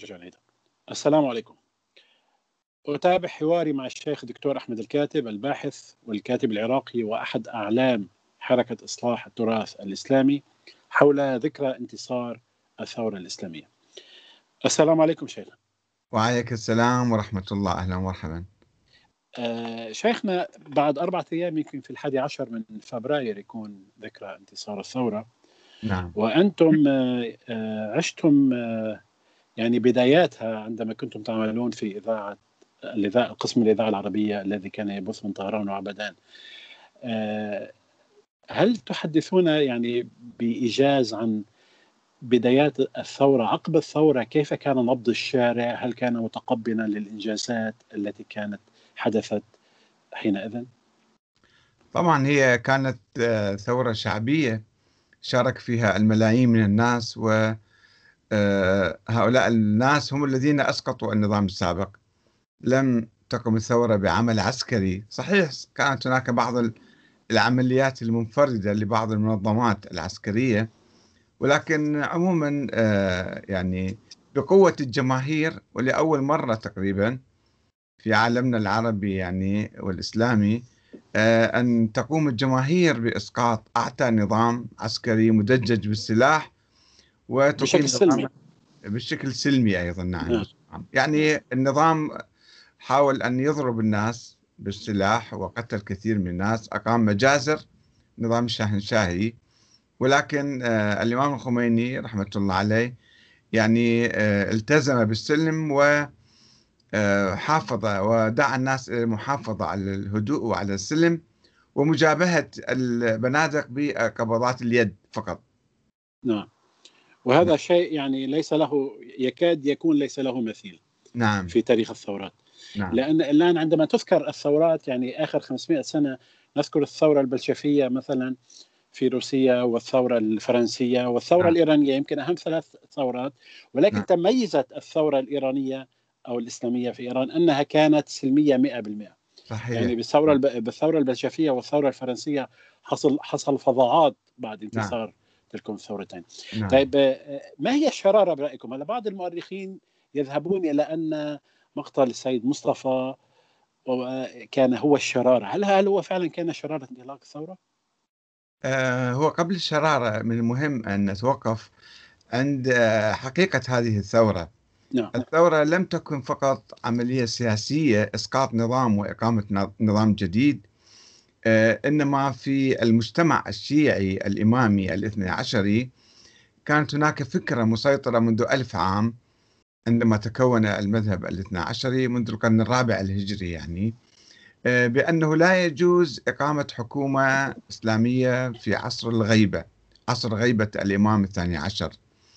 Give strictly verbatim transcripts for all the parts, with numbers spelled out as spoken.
جنيدة. السلام عليكم. أتابع حواري مع الشيخ دكتور أحمد الكاتب، الباحث والكاتب العراقي وأحد أعلام حركة إصلاح التراث الإسلامي، حول ذكرى انتصار الثورة الإسلامية. السلام عليكم شيخ. وعليك السلام ورحمة الله. أهلا ومرحبا. آه شيخنا، بعد أربعة أيام يمكن في الحادي عشر من فبراير يكون ذكرى انتصار الثورة. نعم. وأنتم آه آه عشتم آه يعني بداياتها عندما كنتم تعملون في إذاعة الإذاعة قسم الإذاعة العربية الذي كان يبث من طهران وعبدان. هل تحدثون يعني بإيجاز عن بدايات الثورة، عقب الثورة، كيف كان نبض الشارع؟ هل كان متقبلا للإنجازات التي كانت حدثت حينئذ؟ طبعا هي كانت ثورة شعبية شارك فيها الملايين من الناس، وهؤلاء الناس هم الذين أسقطوا النظام السابق. لم تقم الثورة بعمل عسكري. صحيح كانت هناك بعض العمليات المنفردة لبعض المنظمات العسكرية، ولكن عموما يعني بقوة الجماهير، ولأول مرة تقريبا في عالمنا العربي يعني والإسلامي أن تقوم الجماهير بإسقاط أعتى نظام عسكري مدجج بالسلاح وتقيم بشكل سلمي، بشكل سلمي أيضا. نعم. يعني النظام حاول أن يضرب الناس بالسلاح وقتل كثير من الناس، أقام مجازر، نظام الشاهنشاهي. ولكن الإمام الخميني رحمة الله عليه يعني التزم بالسلم و حافظ ودعا الناس إلى المحافظة على الهدوء وعلى السلم ومجابهة البنادق بقبضات اليد فقط. نعم. وهذا نعم. شيء يعني ليس له، يكاد يكون ليس له مثيل. نعم. في تاريخ الثورات. نعم. لأن الآن عندما تذكر الثورات يعني آخر خمسمائة سنة، نذكر الثورة البلشفية مثلا في روسيا، والثورة الفرنسية، والثورة نعم. الإيرانية، يمكن أهم ثلاث ثورات. ولكن نعم. تميزت الثورة الإيرانية أو الإسلامية في إيران أنها كانت سلمية مئة بالمئة. صحيح. يعني بالثورة بالثورة البلشفية والثورة الفرنسية حصل حصل فظاعات بعد انتصار نعم. تلكم الثورتين. نعم. طيب ما هي الشرارة برأيكم؟ هلا بعض المؤرخين يذهبون إلى أن مقتل السيد مصطفى كان هو الشرارة. هل هل هو فعلا كان شرارة انطلاق الثورة؟ آه هو قبل الشرارة من المهم أن نتوقف عند حقيقة هذه الثورة. نعم. الثورة لم تكن فقط عملية سياسية إسقاط نظام وإقامة نظام جديد، آه إنما في المجتمع الشيعي الإمامي الاثني عشري كانت هناك فكرة مسيطرة منذ ألف عام عندما تكون المذهب الاثنى عشري منذ القرن الرابع الهجري، يعني بأنه لا يجوز إقامة حكومة إسلامية في عصر الغيبة، عصر غيبة الإمام الثاني عشر،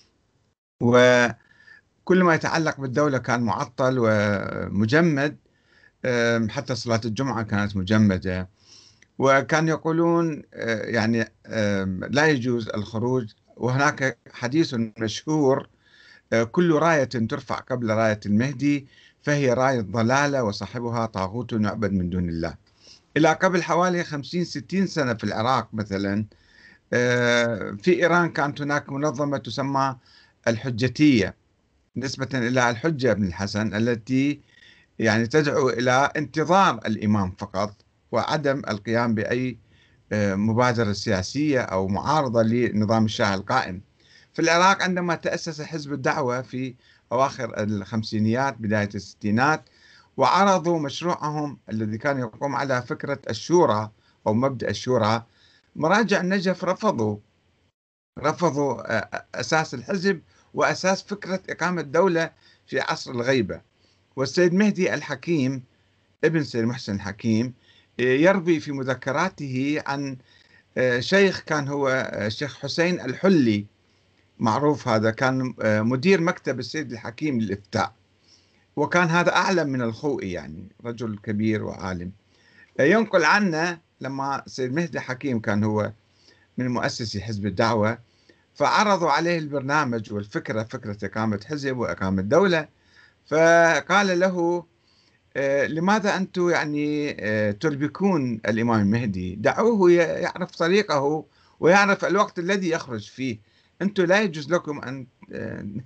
وكل ما يتعلق بالدولة كان معطل ومجمد. حتى صلاة الجمعة كانت مجمدة، وكان يقولون يعني لا يجوز الخروج. وهناك حديث مشهور: كل راية ترفع قبل راية المهدي فهي راية ضلالة وصاحبها طاغوت يعبد من دون الله. إلى قبل حوالي خمسين ستين سنة في العراق مثلا، في إيران كانت هناك منظمة تسمى الحجتية نسبة إلى الحجة بن الحسن، التي يعني تدعو إلى انتظار الإمام فقط وعدم القيام بأي مبادرة سياسية أو معارضة لنظام الشاه القائم. في العراق عندما تأسس حزب الدعوة في أواخر الخمسينيات بداية الستينات، وعرضوا مشروعهم الذي كان يقوم على فكرة الشورى أو مبدأ الشورى، مراجع النجف رفضوا رفضوا أساس الحزب وأساس فكرة إقامة دولة في عصر الغيبة. والسيد مهدي الحكيم ابن سيد محسن الحكيم يروي في مذكراته عن شيخ كان هو الشيخ حسين الحلي، معروف، هذا كان مدير مكتب السيد الحكيم للإفتاء، وكان هذا أعلم من الخوئي، يعني رجل كبير وعالم. ينقل عنه لما السيد مهدي حكيم كان هو من مؤسسي حزب الدعوة، فعرضوا عليه البرنامج والفكرة، فكرة إقامة حزب وإقامة دولة، فقال له: لماذا أنتم يعني تربكون الإمام المهدي؟ دعوه يعرف طريقه ويعرف الوقت الذي يخرج فيه. أنتم لا يجوز لكم أن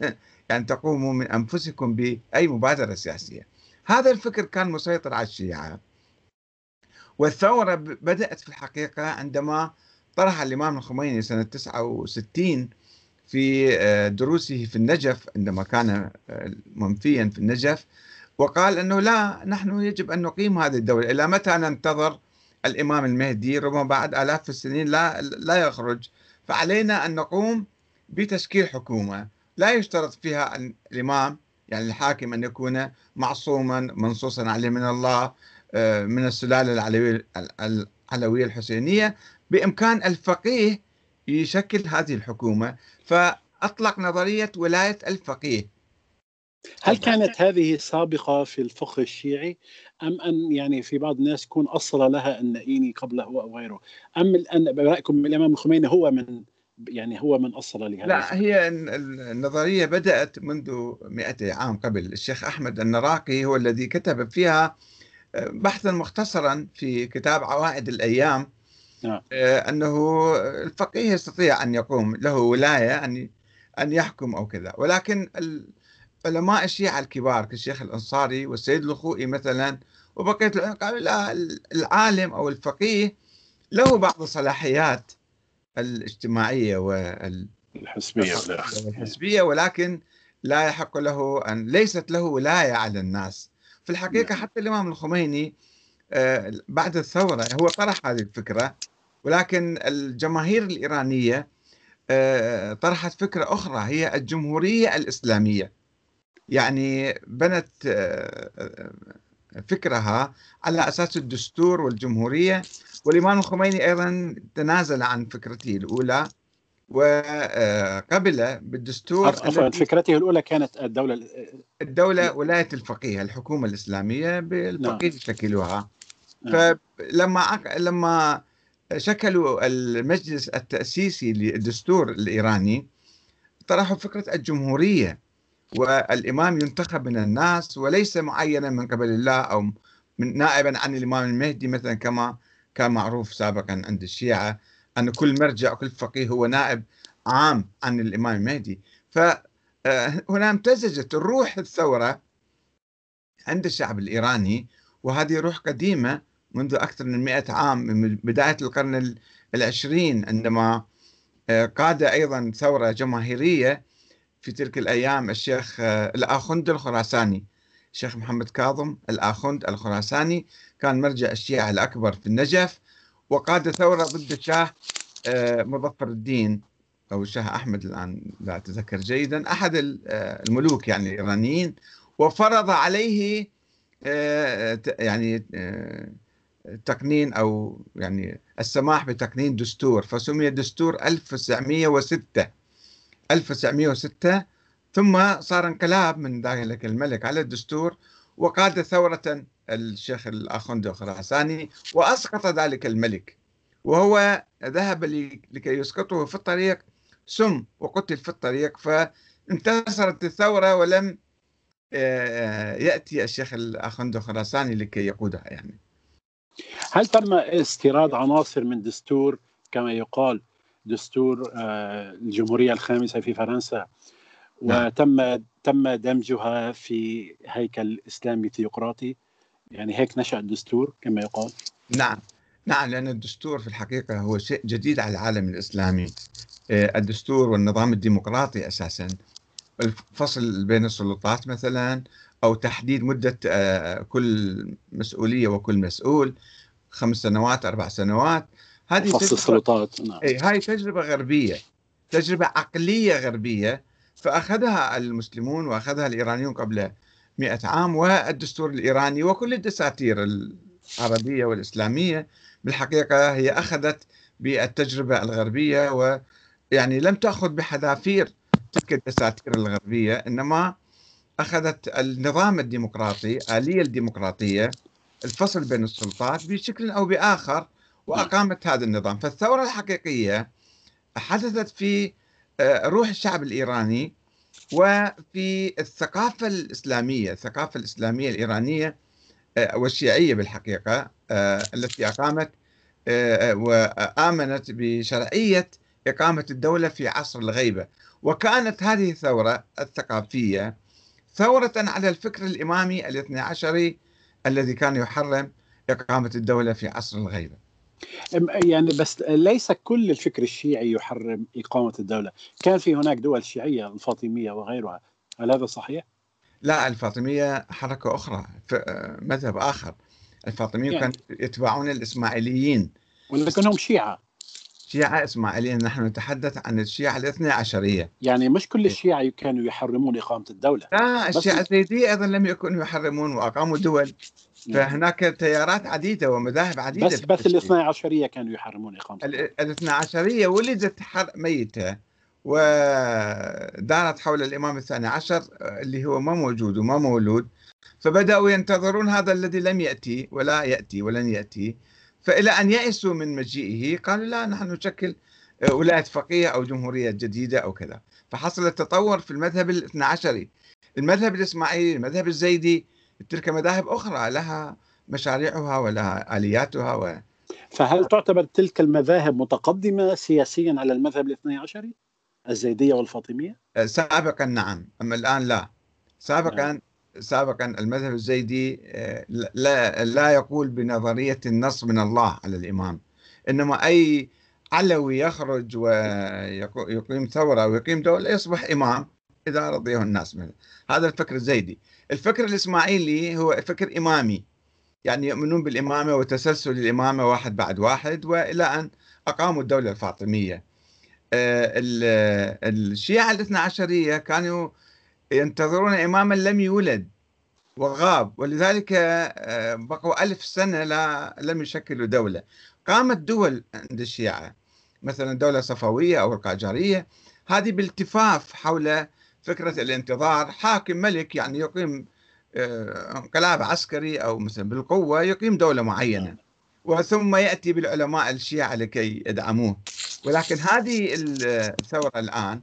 يعني تقوموا من أنفسكم بأي مبادرة سياسية. هذا الفكر كان مسيطر على الشيعة، والثورة بدأت في الحقيقة عندما طرح الإمام الخميني سنة تسعة وستين في دروسه في النجف، عندما كان منفيا في النجف، وقال أنه لا، نحن يجب أن نقيم هذه الدولة، إلى متى ننتظر الإمام المهدي؟ ربما بعد آلاف السنين لا لا يخرج، فعلينا أن نقوم بتشكيل حكومة لا يشترط فيها أن الإمام يعني الحاكم أن يكون معصوما منصوصا عليه من الله من السلالة العلوية العلوية الحسينية، بإمكان الفقيه يشكل هذه الحكومة، فأطلق نظرية ولاية الفقيه. هل كانت هذه سابقة في الفقه الشيعي، أم أن يعني في بعض الناس يكون أصل لها النائيني قبله أو غيره، أم أن برأيكم الإمام الخميني هو من يعني هو من أصل لهذا؟ لا، هي النظرية بدأت منذ مئتي عام قبل. الشيخ أحمد النراقي هو الذي كتب فيها بحثا مختصرا في كتاب عوائد الأيام، نعم. أنه الفقيه يستطيع أن يقوم له ولاية أن أن يحكم أو كذا، ولكن علماء الشيعة الكبار كالشيخ الأنصاري والسيد الخوئي مثلا وبقية قالوا لا، العالم أو الفقيه له بعض الصلاحيات الاجتماعية والحزبية والحزبية، ولكن لا يحق له أن ليست له ولاية على الناس. في الحقيقة حتى الإمام الخميني بعد الثورة هو طرح هذه الفكرة، ولكن الجماهير الإيرانية طرحت فكرة أخرى هي الجمهورية الإسلامية، يعني بنت فكرها على أساس الدستور والجمهورية. والإمام الخميني أيضا تنازل عن فكرته الأولى وقبل بالدستور. عفوا، فكرته الأولى كانت الدولة الدولة ولاية الفقيه، الحكومة الإسلامية بالفقيه يشكلوها. فلما لما شكلوا المجلس التأسيسي للدستور الإيراني طرحوا فكرة الجمهورية، والإمام ينتخب من الناس وليس معينا من قبل الله أو من نائبا عن الإمام المهدي مثلا، كما كان معروف سابقا عند الشيعة أن كل مرجع وكل فقيه هو نائب عام عن الإمام المهدي. فهنا امتزجت الروح الثورة عند الشعب الإيراني، وهذه روح قديمة منذ أكثر من مئة عام، من بداية القرن العشرين عندما قاد أيضا ثورة جماهيرية في تلك الأيام الشيخ الآخوند الخراساني، الشيخ محمد كاظم الآخوند الخراساني كان مرجع الشيعة الأكبر في النجف، وقاد ثورة ضد الشاه مظفر الدين أو الشاه أحمد الآن لا أتذكر جيدا، أحد الملوك يعني الإيرانيين، وفرض عليه يعني تقنين أو يعني السماح بتقنين دستور، فسمي دستور ألف وتسعمئة وستة ألف وتسعمئة وستة. ثم صار انقلاب من ذلك الملك على الدستور، وقاد ثورة الشيخ الآخوند الخراساني وأسقط ذلك الملك، وهو ذهب لكي يسقطه في الطريق سم وقتل في الطريق، فانتصرت الثورة ولم يأتي الشيخ الآخوند الخراساني لكي يقودها. يعني هل تم استيراد عناصر من دستور كما يقال دستور الجمهورية الخامسة في فرنسا وتم تم دمجها في هيكل إسلامي ثيوقراطي، يعني هيك نشأ الدستور كما يقال؟ نعم نعم، لأن الدستور في الحقيقة هو شيء جديد على العالم الإسلامي، الدستور والنظام الديمقراطي أساسا، الفصل بين السلطات مثلا، أو تحديد مدة كل مسؤولية وكل مسؤول، خمس سنوات أربع سنوات، هذه فصل السلطات. نعم. أي هاي تجربة غربية، تجربة عقلية غربية، فأخذها المسلمون وأخذها الإيرانيون قبل مئة عام، والدستور الإيراني وكل الدساتير العربية والإسلامية بالحقيقة هي أخذت بالتجربة الغربية، ويعني لم تأخذ بحذافير تلك الدساتير الغربية، إنما أخذت النظام الديمقراطي، آلية الديمقراطية، الفصل بين السلطات بشكل أو بآخر، وأقامت هذا النظام. فالثورة الحقيقية حدثت في روح الشعب الإيراني وفي الثقافة الإسلامية، الثقافة الإسلامية الإيرانية والشيعية بالحقيقة، التي أقامت وآمنت بشرعية إقامة الدولة في عصر الغيبة. وكانت هذه الثورة الثقافية ثورة على الفكر الإمامي الاثني عشري الذي كان يحرم إقامة الدولة في عصر الغيبة. يعني بس ليس كل الفكر الشيعي يحرم إقامة الدولة، كان في هناك دول شيعية الفاطمية وغيرها، هل هذا صحيح؟ لا، الفاطمية حركة أخرى، مذهب آخر. الفاطميين يعني كانوا يتبعون الإسماعيليين ولكنهم شيعة شيعة إسماعيليين. نحن نتحدث عن الشيعة الاثنى عشرية، يعني مش كل الشيعة كانوا يحرمون إقامة الدولة. لا، الشيعة الزيدية أيضا لم يكونوا يحرمون وأقاموا دول. فهناك تيارات عديدة ومذاهب عديدة. بس بس الاثنى عشرية كانوا يحرمون إقامة الدولة. الاثنى عشرية ولدت ميتة ودارت حول الإمام الثاني عشر اللي هو ما موجود وما مولود، فبدأوا ينتظرون هذا الذي لم يأتي ولا يأتي ولن يأتي. فإلى أن يأسوا من مجيئه قالوا لا، نحن نشكل ولاية فقيه أو جمهورية جديدة أو كذا. فحصل التطور في المذهب الاثنى عشري. المذهب الإسماعيلي، المذهب الزيدي، تلك مذاهب أخرى لها مشاريعها ولها آلياتها و... فهل تعتبر تلك المذاهب متقدمة سياسيا على المذهب الاثني عشري الزيدية والفاطمية؟ سابقا نعم، أما الآن لا. سابقا نعم. سابقا المذهب الزيدي لا, لا يقول بنظرية النص من الله على الإمام، إنما أي علوي يخرج ويقيم ثورة ويقيم دولة يصبح إمام إذا رضيه الناس منه. هذا الفكر الزيدي. الفكر الإسماعيلي هو فكر إمامي، يعني يؤمنون بالإمامة وتسلسل الإمامة واحد بعد واحد وإلى أن أقاموا الدولة الفاطمية. الشيعة الاثنى عشرية كانوا ينتظرون إماما لم يولد وغاب، ولذلك بقوا ألف سنة لا لم يشكلوا دولة. قامت دول عند الشيعة مثلا الدولة الصفوية أو القاجارية، هذه بالتفاف حول فكرة الانتظار. حاكم ملك يعني يقيم انقلاب عسكري أو مثلا بالقوة يقيم دولة معينة، وثم يأتي بالعلماء الشيعة لكي يدعموه. ولكن هذه الثورة الآن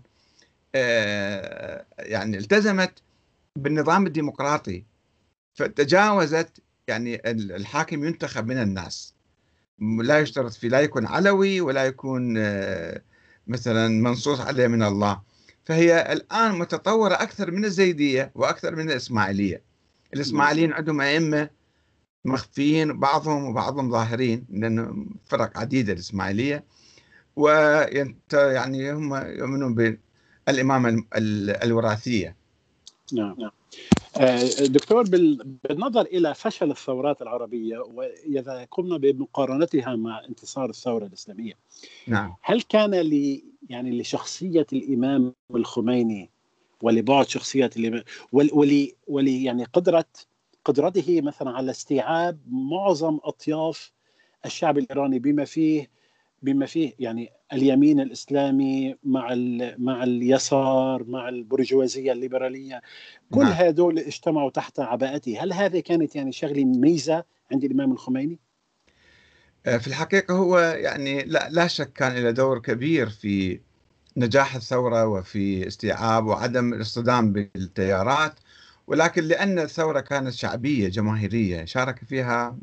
يعني التزمت بالنظام الديمقراطي، فتجاوزت يعني الحاكم ينتخب من الناس، لا يشترط فيه لا يكون علوي ولا يكون مثلا منصوص عليه من الله. فهي الآن متطورة أكثر من الزيدية وأكثر من الإسماعيلية. الإسماعيليين عندهم أئمة مخفيين، بعضهم وبعضهم ظاهرين، لأنه فرق عديدة الإسماعيلية، وينت يعني هم يؤمنون بالإمامة الوراثية. نعم. دكتور، بالنظر إلى فشل الثورات العربية وإذا قمنا بمقارنتها مع انتصار الثورة الإسلامية، نعم. هل كان لي يعني لشخصية الإمام الخميني ولبعد شخصية الإمام ولي ولي يعني قدرة قدرته مثلا على استيعاب معظم أطياف الشعب الإيراني بما فيه بما فيه يعني اليمين الإسلامي مع مع اليسار مع البرجوازية الليبرالية، كل نعم. هذول اجتمعوا تحت عباءته. هل هذه كانت يعني شغلة ميزة عند الإمام الخميني؟ في الحقيقة هو يعني لا, لا شك كان له دور كبير في نجاح الثورة وفي استيعاب وعدم الاصطدام بالتيارات، ولكن لأن الثورة كانت شعبية جماهيرية شارك فيها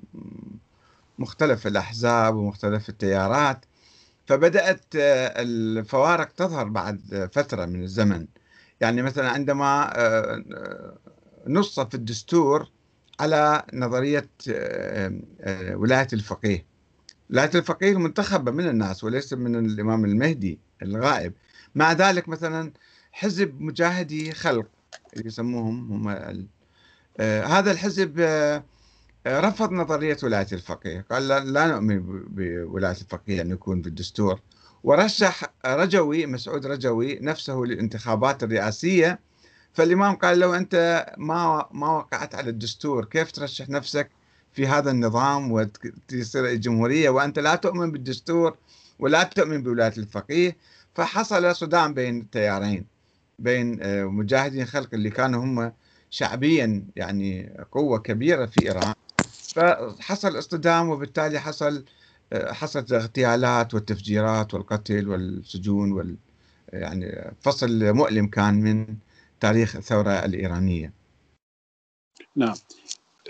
مختلف الأحزاب ومختلف التيارات، فبدأت الفوارق تظهر بعد فترة من الزمن. يعني مثلا عندما نص في الدستور على نظرية ولاية الفقيه، ولاية الفقيه المنتخبة من الناس وليس من الإمام المهدي الغائب. مع ذلك مثلا حزب مجاهدي خلق يسموهم هم هذا الحزب رفض نظرية ولاية الفقيه، قال لا, لا نؤمن بولاية الفقيه أن يكون في الدستور، ورشح رجوي مسعود رجوي نفسه للانتخابات الرئاسية. فالإمام قال له أنت ما ما وقعت على الدستور، كيف ترشح نفسك في هذا النظام وتصير الجمهورية وأنت لا تؤمن بالدستور ولا تؤمن بولاية الفقيه؟ فحصل صدام بين التيارين، بين مجاهدين خلق اللي كانوا هم شعبيا يعني قوة كبيرة في إيران، فحصل اصطدام وبالتالي حصل حصلت الاغتيالات والتفجيرات والقتل والسجون وال يعني فصل مؤلم كان من تاريخ الثورة الإيرانية. نعم.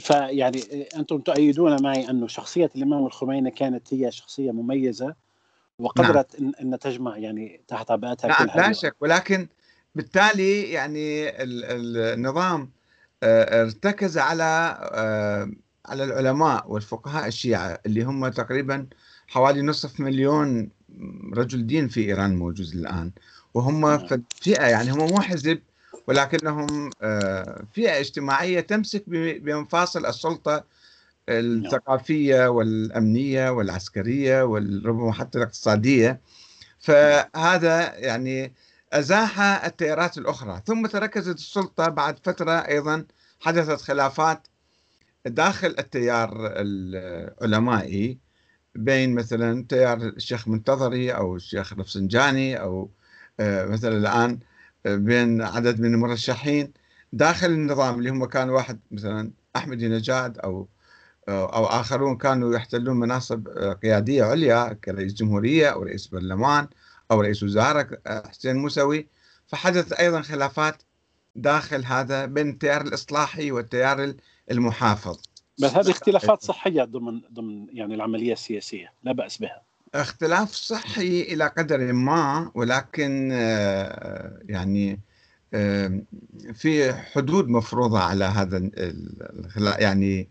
فيعني أنتم تؤيدون معي أن شخصية الإمام الخميني كانت هي شخصية مميزة وقدرت نعم. أن تجمع يعني تحت عباءتها نعم كل هذه. لا شك، ولكن بالتالي يعني النظام ارتكز على على العلماء والفقهاء الشيعة اللي هم تقريبا حوالي نصف مليون رجل دين في إيران موجود الآن، وهم نعم. فئة يعني هم مو حزب، ولكنهم فئة اجتماعية تمسك بمفاصل السلطة الثقافية والأمنية والعسكرية وربما حتى الاقتصادية. فهذا يعني أزاح التيارات الأخرى، ثم تركزت السلطة بعد فترة. أيضا حدثت خلافات داخل التيار العلمائي بين مثلا تيار الشيخ منتظري أو الشيخ رفسنجاني، أو مثلا الآن بين عدد من المرشحين داخل النظام اللي هم كان واحد مثلا أحمدي نجاد أو أو آخرون كانوا يحتلون مناصب قيادية عليا كرئيس جمهورية أو رئيس برلمان أو رئيس وزراء حسين موسوي. فحدث أيضا خلافات داخل هذا بين التيار الإصلاحي والتيار المحافظ. بس هذه اختلافات صحية ضمن ضمن يعني العملية السياسية، لا بأس بها. اختلاف صحي إلى قدر ما، ولكن يعني في حدود مفروضة على هذا يعني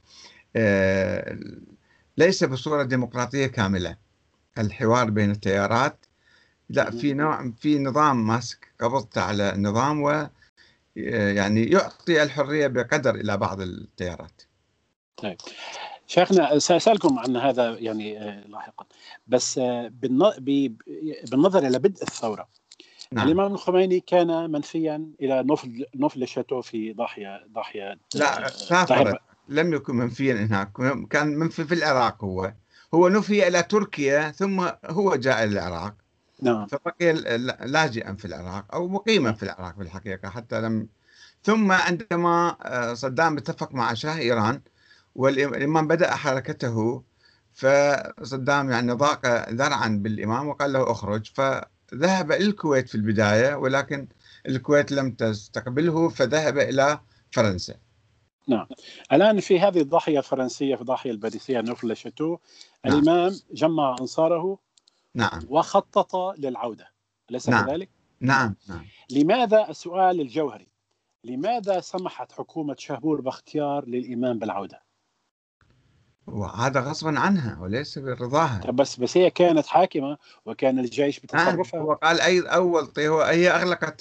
ليس بصورة ديمقراطية كاملة. الحوار بين التيارات لا، في نوع في نظام ماسك قبضته على النظام، و يعني يعطي الحرية بقدر إلى بعض التيارات. طيب شيخنا سأسألكم عن هذا يعني لاحقا، بس بالنظر إلى بدء الثورة نعم. الإمام الخميني كان منفيا إلى نوفل نوفل شاتو في ضاحية ضاحية لا سافر، لم يكن منفيا هناك، كان منفي في العراق. هو هو نفي إلى تركيا ثم هو جاء إلى العراق نعم. فبقي لاجئا في العراق أو مقيما نعم. في العراق في الحقيقة حتى لم. ثم عندما صدام اتفق مع شاه إيران والإمام بدأ حركته، فصدام يعني ضاق ذرعا بالإمام وقال له أخرج، فذهب إلى الكويت في البداية، ولكن الكويت لم تستقبله فذهب إلى فرنسا. نعم. الآن في هذه الضاحية الفرنسية، في الضاحية الباريسية نوفل شاتو نعم. الإمام جمع أنصاره نعم. وخطط للعودة، أليس نعم. كذلك؟ نعم. نعم. لماذا، السؤال الجوهري، لماذا سمحت حكومة شهبور باختيار للإمام بالعودة؟ وهذا غصبا عنها وليس برضاها. بس بس هي كانت حاكمة وكان الجيش بتصرفها. هو قال أي أول طيب هي أغلقت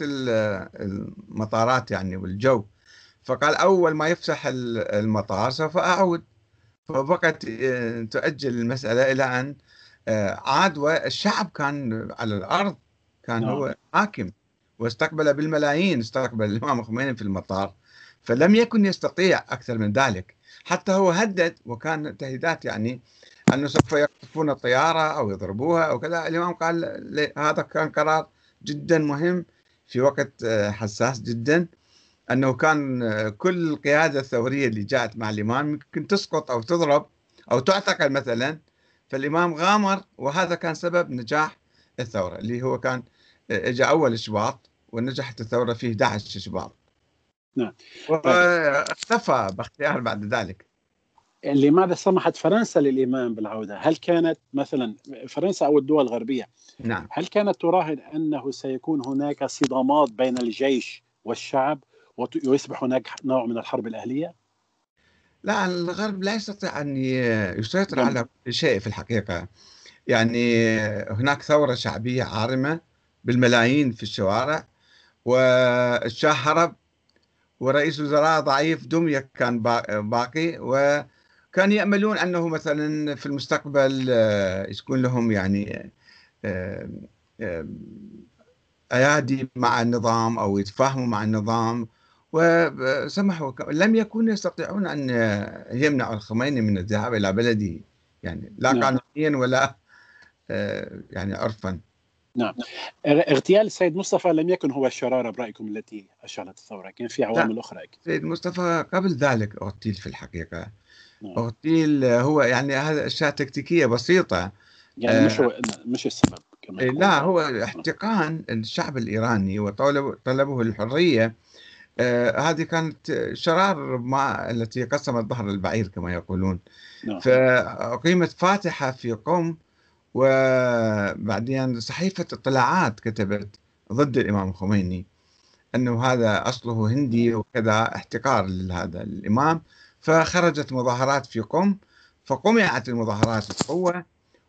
المطارات يعني والجو، فقال أول ما يفتح المطار سوف أعود، فبقت تؤجل المسألة إلى أن عاد، والشعب كان على الأرض، كان نعم. هو حاكم واستقبل بالملايين، استقبل الإمام الخميني في المطار، فلم يكن يستطيع أكثر من ذلك. حتى هو هدد، وكان تهديدات يعني أنه سوف يقطفون الطيارة أو يضربوها أو كذا. الإمام قال هذا كان قرار جدا مهم في وقت حساس جدا، أنه كان كل القيادة الثورية اللي جاءت مع الإمام يمكن تسقط أو تضرب أو تعتقل مثلا، فالإمام غامر، وهذا كان سبب نجاح الثورة اللي هو كان إجا أول شباط ونجحت الثورة في أحد عشر شباط. نعم. واختفى باختيار بعد ذلك. لماذا سمحت فرنسا للإمام بالعودة؟ هل كانت مثلا فرنسا أو الدول الغربية نعم. هل كانت تراهن أنه سيكون هناك صدامات بين الجيش والشعب ويصبح هناك نوع من الحرب الأهلية؟ لا، الغرب لا يستطيع أن يسيطر على كل شيء في الحقيقة. يعني هناك ثورة شعبية عارمة بالملايين في الشوارع، والشاه هرب، ورئيس وزراء ضعيف دمية كان باقي، وكان يأملون أنه مثلا في المستقبل يكون لهم يعني أيادي مع النظام أو يتفاهموا مع النظام، وسمحوا. لم يكونوا يستطيعون أن يمنعوا الخميني من الذهاب إلى بلده، يعني لا نعم. قانونيا ولا يعني عرفا. نعم. اغتيال السيد مصطفى لم يكن هو الشرارة برأيكم التي أشعلت الثورة، كان في عوامل أخرى. السيد مصطفى قبل ذلك اغتيل في الحقيقة. نعم. اغتيل هو يعني هذا أشياء تكتيكية بسيطة، يعني مش هو مش السبب كما يقول. لا، هو احتقان الشعب الإيراني وطلبه الحرية. آه هذه كانت شرار ما التي قسمت ظهر البعير كما يقولون. نعم. فأقيمت فاتحة في قم، وبعدين صحيفة اطلاعات كتبت ضد الإمام الخميني أنه هذا أصله هندي وكذا، احتقار لهذا الإمام. فخرجت مظاهرات في قم، فقمعت المظاهرات بقوة،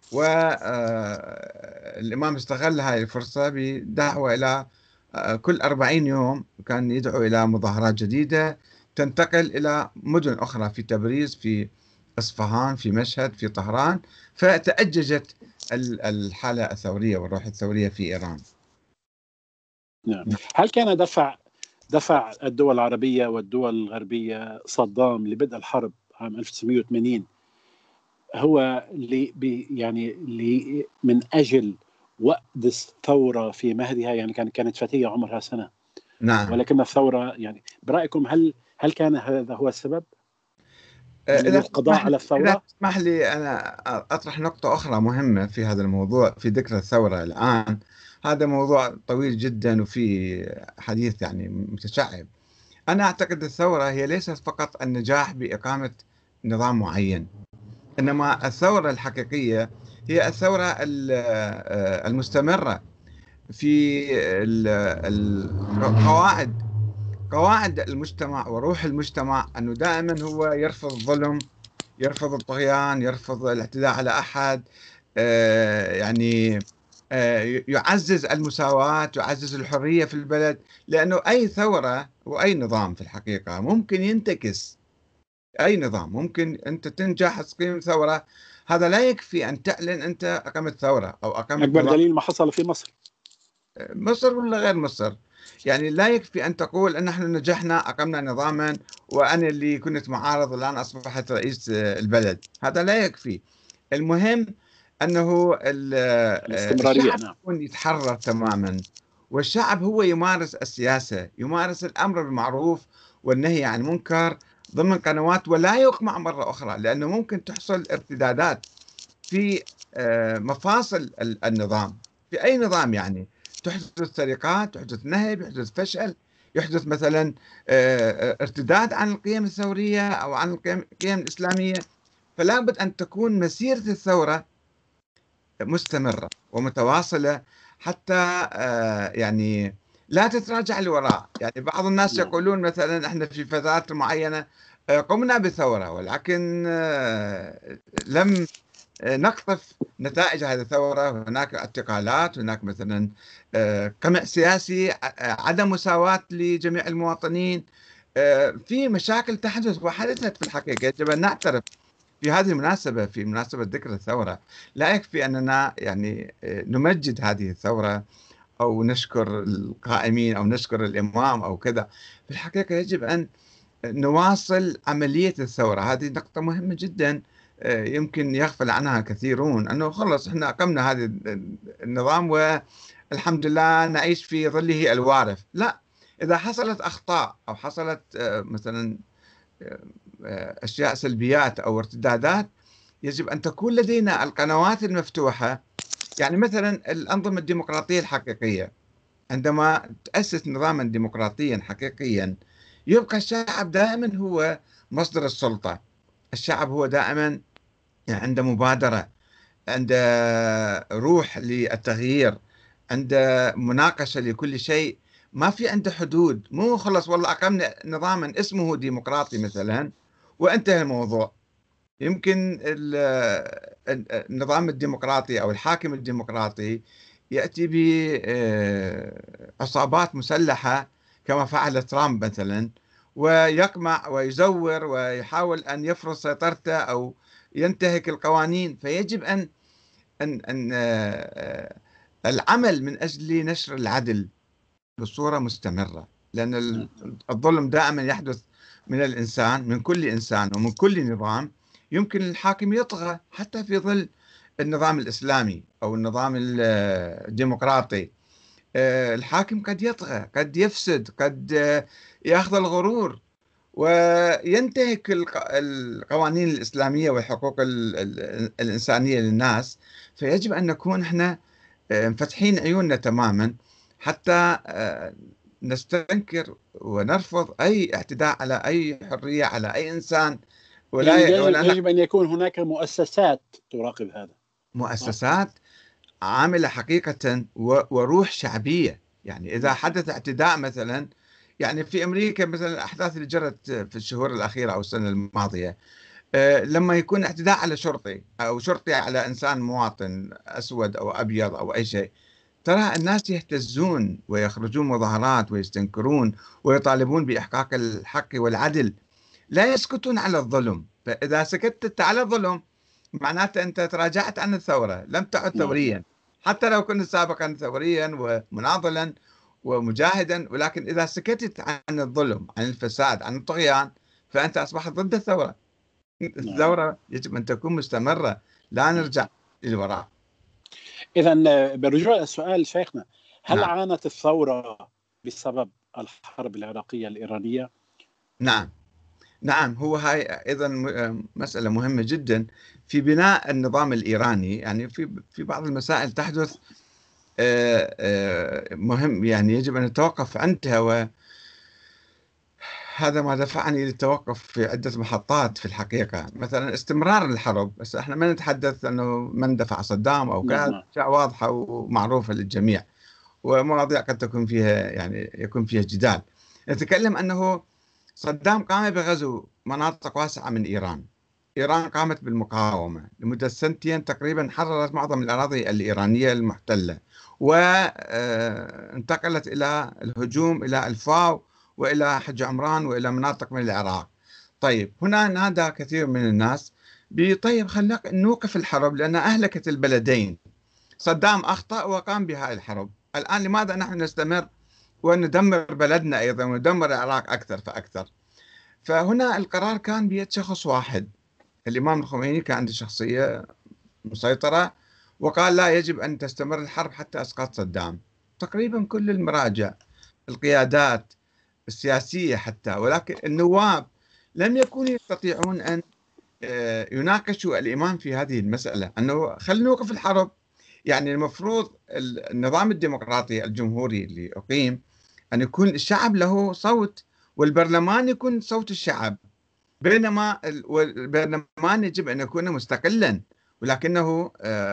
والإمام استغل هذه الفرصة بدعوة إلى كل أربعين يوم كان يدعو إلى مظاهرات جديدة تنتقل إلى مدن أخرى، في تبريز، في إصفهان، في مشهد، في طهران. فتأججت الحالة الثورية والروح الثورية في إيران. نعم. هل كان دفع دفع الدول العربية والدول الغربية صدام لبدء الحرب عام ألف وتسعمئة وثمانين هو اللي يعني اللي من أجل وقت الثورة في مهدها؟ يعني كان كانت فتية عمرها سنة. نعم. ولكن الثورة، يعني برأيكم هل هل كان هذا هو السبب؟ يعني إذا للقضاء على الثورة؟ إذا تسمح لي أنا أطرح نقطة أخرى مهمة في هذا الموضوع، في ذكر الثورة الآن. هذا موضوع طويل جدا وفي حديث يعني متشعب. أنا أعتقد الثورة هي ليست فقط النجاح بإقامة نظام معين، إنما الثورة الحقيقية هي الثورة المستمرة في القواعد، قواعد المجتمع وروح المجتمع، أنه دائما هو يرفض الظلم، يرفض الطغيان، يرفض الاعتداء على أحد، يعني يعزز المساواة، يعزز الحرية في البلد. لأنه أي ثورة وأي نظام في الحقيقة ممكن ينتكس. أي نظام ممكن أنت تنجح تقيم ثورة، هذا لا يكفي أن تعلن أنت أقمت ثورة أو أقمت أكبر نظام. دليل ما حصل في مصر، مصر ولا غير مصر. يعني لا يكفي أن تقول أن نحن نجحنا أقمنا نظاما وأنا اللي كنت معارض الآن أصبحت رئيس البلد، هذا لا يكفي. المهم أنه الاستمرارية. الشعب نعم. يكون يتحرر تماما، والشعب هو يمارس السياسة، يمارس الأمر بالمعروف والنهي عن المنكر ضمن قنوات، ولا يقمع مرة أخرى، لأنه ممكن تحصل ارتدادات في مفاصل النظام، في أي نظام. يعني تحدث سرقات، تحدث نهب، يحدث فشل، يحدث مثلا ارتداد عن القيم الثورية أو عن القيم الإسلامية. فلا بد أن تكون مسيرة الثورة مستمرة ومتواصلة حتى يعني لا تتراجع لوراء. يعني بعض الناس نعم. يقولون مثلا احنا في فترات معينة قمنا بثورة، ولكن لم نقطف نتائج هذه الثورة. هناك اعتقالات، هناك مثلا قمع سياسي، عدم مساواة لجميع المواطنين، في مشاكل تحدث وحدثت في الحقيقة. يجب أن نعترف في هذه المناسبة، في مناسبة ذكر الثورة. لا يكفي أننا يعني نمجد هذه الثورة أو نشكر القائمين أو نشكر الإمام أو كذا. في الحقيقة يجب أن نواصل عملية الثورة. هذه نقطة مهمة جدا يمكن يغفل عنها كثيرون، أنه خلص إحنا أقمنا هذا النظام والحمد لله نعيش في ظله الوارف. لا، إذا حصلت أخطاء أو حصلت مثلا أشياء سلبيات أو ارتدادات، يجب أن تكون لدينا القنوات المفتوحة. يعني مثلا الأنظمة الديمقراطية الحقيقية، عندما تأسس نظاما ديمقراطيا حقيقيا يبقى الشعب دائما هو مصدر السلطة. الشعب هو دائما عنده مبادرة، عنده روح للتغيير، عنده مناقشة لكل شيء، ما في عنده حدود. مو خلص والله أقمنا نظاما اسمه ديمقراطي مثلا وانتهى الموضوع. يمكن النظام الديمقراطي أو الحاكم الديمقراطي يأتي بعصابات مسلحة كما فعل ترامب مثلا، ويقمع ويزور ويحاول أن يفرض سيطرته أو ينتهك القوانين. فيجب أن أن أن العمل من أجل نشر العدل بصورة مستمرة، لأن الظلم دائما يحدث من الإنسان، من كل إنسان ومن كل نظام. يمكن الحاكم يطغى حتى في ظل النظام الإسلامي أو النظام الديمقراطي. الحاكم قد يطغى، قد يفسد، قد يأخذ الغرور وينتهك القوانين الإسلامية والحقوق الإنسانية للناس. فيجب أن نكون احنا مفتحين عيوننا تماما حتى نستنكر ونرفض أي اعتداء على أي حرية على أي إنسان. ولا يعني يجب, يجب أن يكون هناك مؤسسات تراقب هذا. مؤسسات عاملة حقيقة وروح شعبية. يعني إذا حدث اعتداء مثلا، يعني في أمريكا مثلا الأحداث اللي جرت في الشهور الأخيرة أو السنة الماضية، لما يكون اعتداء على شرطي أو شرطي على إنسان مواطن أسود أو أبيض أو أي شيء، ترى الناس يهتزون ويخرجون مظاهرات ويستنكرون ويطالبون بإحقاق الحق والعدل، لا يسكتون على الظلم. فإذا سكتت على الظلم معناته أنت تراجعت عن الثورة، لم تعد ثوريا، حتى لو كنت سابقا ثوريا ومناضلا ومجاهدا، ولكن إذا سكتت عن الظلم، عن الفساد، عن الطغيان، فأنت أصبحت ضد الثورة. الثورة يجب أن تكون مستمرة، لا نرجع للوراء. إذا بالرجوع للسؤال شيخنا، هل نعم. عانت الثورة بسبب الحرب العراقية الإيرانية؟ نعم نعم هو هاي أيضا مسألة مهمة جدا في بناء النظام الإيراني. يعني في في بعض المسائل تحدث مهم، يعني يجب أن نتوقف عندها، وهذا ما دفعني للتوقف في عدة محطات في الحقيقة. مثلا استمرار الحرب، بس احنا ما نتحدث أنه من دفع صدام أو كذا، أشياء واضحة ومعروفة للجميع، ومواضيع قد تكون فيها يعني يكون فيها جدال. نتكلم أنه صدام قام بغزو مناطق واسعة من إيران. إيران قامت بالمقاومة لمدة سنتين تقريبا، حررت معظم الأراضي الإيرانية المحتلة، وانتقلت إلى الهجوم إلى الفاو وإلى حج عمران وإلى مناطق من العراق. طيب هنا نادى كثير من الناس بطيب خلينا نوقف الحرب لأن أهلكت البلدين. صدام أخطأ وقام بهذه الحرب، الآن لماذا نحن نستمر وندمر بلدنا أيضا وندمر العراق أكثر فأكثر؟ فهنا القرار كان بيد شخص واحد. الإمام الخميني كان عنده شخصية مسيطرة وقال لا، يجب أن تستمر الحرب حتى إسقاط صدام. تقريبا كل المراجع، القيادات السياسية حتى، ولكن النواب لم يكونوا يستطيعون أن يناقشوا الإمام في هذه المسألة، أنه خلينا نوقف الحرب. يعني المفروض النظام الديمقراطي الجمهوري اللي أقيم أن يكون الشعب له صوت، والبرلمان يكون صوت الشعب، بينما البرلمان يجب أن يكون مستقلا، ولكنه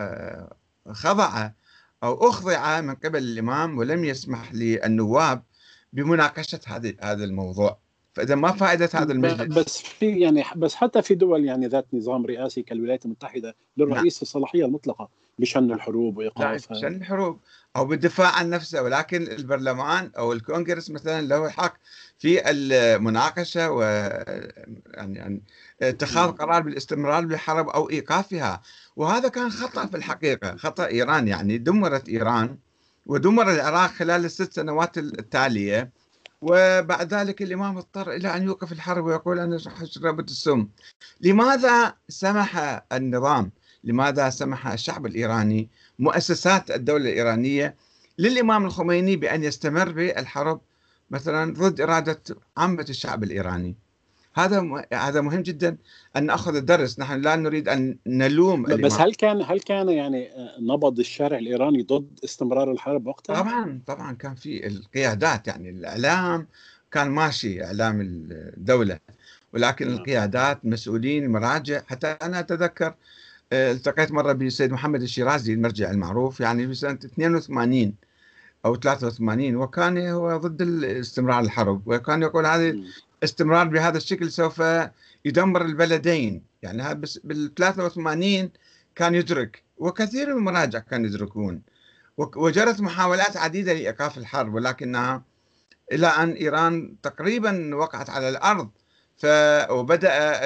خضع أو أخضع من قبل الإمام ولم يسمح للنواب بمناقشة هذا الموضوع. فإذا ما فائدة هذا المجلس؟ بس في يعني بس حتى في دول يعني ذات نظام رئاسي كالولايات المتحدة للرئيس الصلاحية المطلقة بشن الحروب وإيقافها، بشن الحروب أو بالدفاع عن نفسه، ولكن البرلمان أو الكونغرس مثلا له حق في المناقشة و يعني اتخاذ قرار بالاستمرار بالحرب أو إيقافها. وهذا كان خطأ في الحقيقة، خطأ إيران. يعني دمرت إيران ودمر العراق خلال الست سنوات التالية، وبعد ذلك الإمام اضطر إلى أن يوقف الحرب ويقول أنا شربت السم. لماذا سمح النظام، لماذا سمح الشعب الإيراني، مؤسسات الدولة الإيرانية للإمام الخميني بأن يستمر بالحرب مثلا ضد إرادة عامة الشعب الإيراني؟ هذا هذا مهم جدا أن نأخذ الدرس. نحن لا نريد أن نلوم بس الإمام. هل كان هل كان يعني نبض الشارع الإيراني ضد استمرار الحرب وقتها؟ طبعا طبعا كان في القيادات، يعني الإعلام كان ماشي، إعلام الدولة، ولكن نعم. القيادات، مسؤولين، المراجع. حتى أنا أتذكر التقيت مرة بالسيد محمد الشيرازي المرجع المعروف يعني في سنة اثنين وثمانين أو ثلاثة وثمانين، وكان هو ضد استمرار الحرب، وكان يقول هذا استمرار بهذا الشكل سوف يدمر البلدين. يعني بس بال ثلاثة وثمانين كان يدرك، وكثير من المراجع كانوا يدركون، وجرت محاولات عديدة لإيقاف الحرب، ولكنها إلى أن إيران تقريبا وقعت على الأرض ف... وبدأ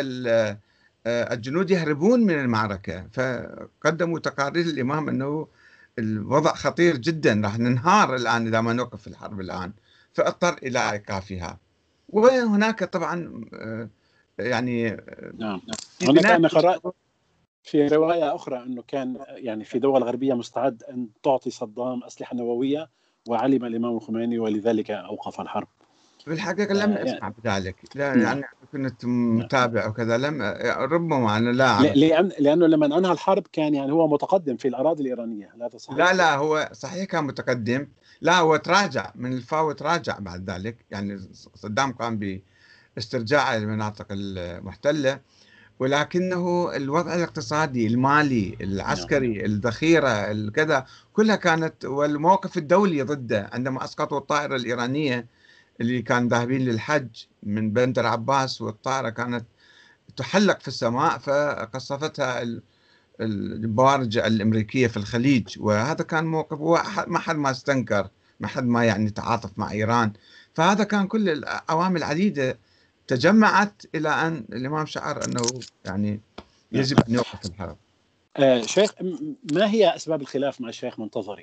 الجنود يهربون من المعركة، فقدموا تقارير للإمام أنه الوضع خطير جدا، راح ننهار الآن إذا ما نوقف الحرب الآن، فاضطر إلى إيقافها. وهناك طبعا يعني نعم هناك أنا قرأت في رواية أخرى أنه كان يعني في دول غربية مستعد أن تعطي صدام أسلحة نووية، وعلم الإمام الخميني ولذلك أوقف الحرب. في الحقيقة لم آه أسمع بذلك، لا يعني كنت متابع وكذا، لم ربما أنا لا أعرف. لأن لأنه لما أنهى الحرب كان يعني هو متقدم في الأراضي الإيرانية، هذا صحيح؟ لا لا هو صحيح كان متقدم، لا هو تراجع من الفاو، تراجع بعد ذلك. يعني صدام قام باسترجاع المناطق المحتلة، ولكنه الوضع الاقتصادي المالي العسكري الذخيرة الكذا كلها كانت، والموقف الدولي ضده عندما أسقطوا الطائرة الإيرانية اللي كانوا ذاهبين للحج من بندر عباس، والطائرة كانت تحلق في السماء فقصفتها البوارج الأمريكية في الخليج، وهذا كان موقف ما حد ما استنكر، ما حد ما يعني تعاطف مع إيران. فهذا كان كل العوامل عديدة تجمعت إلى أن الإمام شعر أنه يعني يجب أن يوقف الحرب. آه شيخ، ما هي أسباب الخلاف مع الشيخ منتظري؟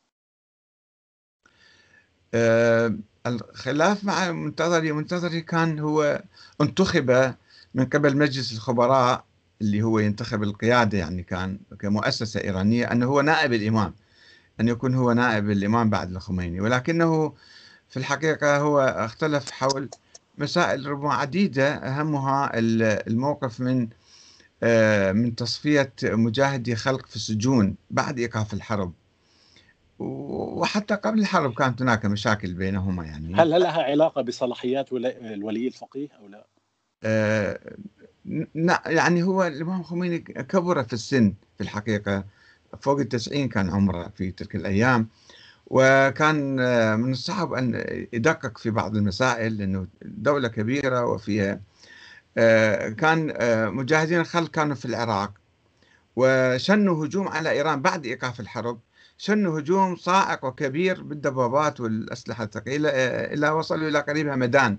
آه الخلاف مع منتظري منتظري كان هو انتخب من قبل مجلس الخبراء اللي هو ينتخب القيادة، يعني كان كمؤسسة إيرانية أنه هو نائب الإمام، أن يكون هو نائب الإمام بعد الخميني، ولكنه في الحقيقة هو اختلف حول مسائل ربما عديدة، أهمها الموقف من من تصفية مجاهدي خلق في السجون بعد إيقاف الحرب، وحتى قبل الحرب كانت هناك مشاكل بينهما. يعني هل لها علاقة بصلاحيات الولي الفقيه أو لا؟ آه يعني هو الإمام الخميني كبر في السن في الحقيقة، فوق التسعين كان عمره في تلك الأيام، وكان من الصعب أن يدقق في بعض المسائل لأنه دولة كبيرة وفيها كان مجاهدين الخلق كانوا في العراق وشنوا هجوم على إيران بعد إيقاف الحرب، شنوا هجوم صاعق وكبير بالدبابات والأسلحة الثقيلة إلى وصلوا إلى قريب همدان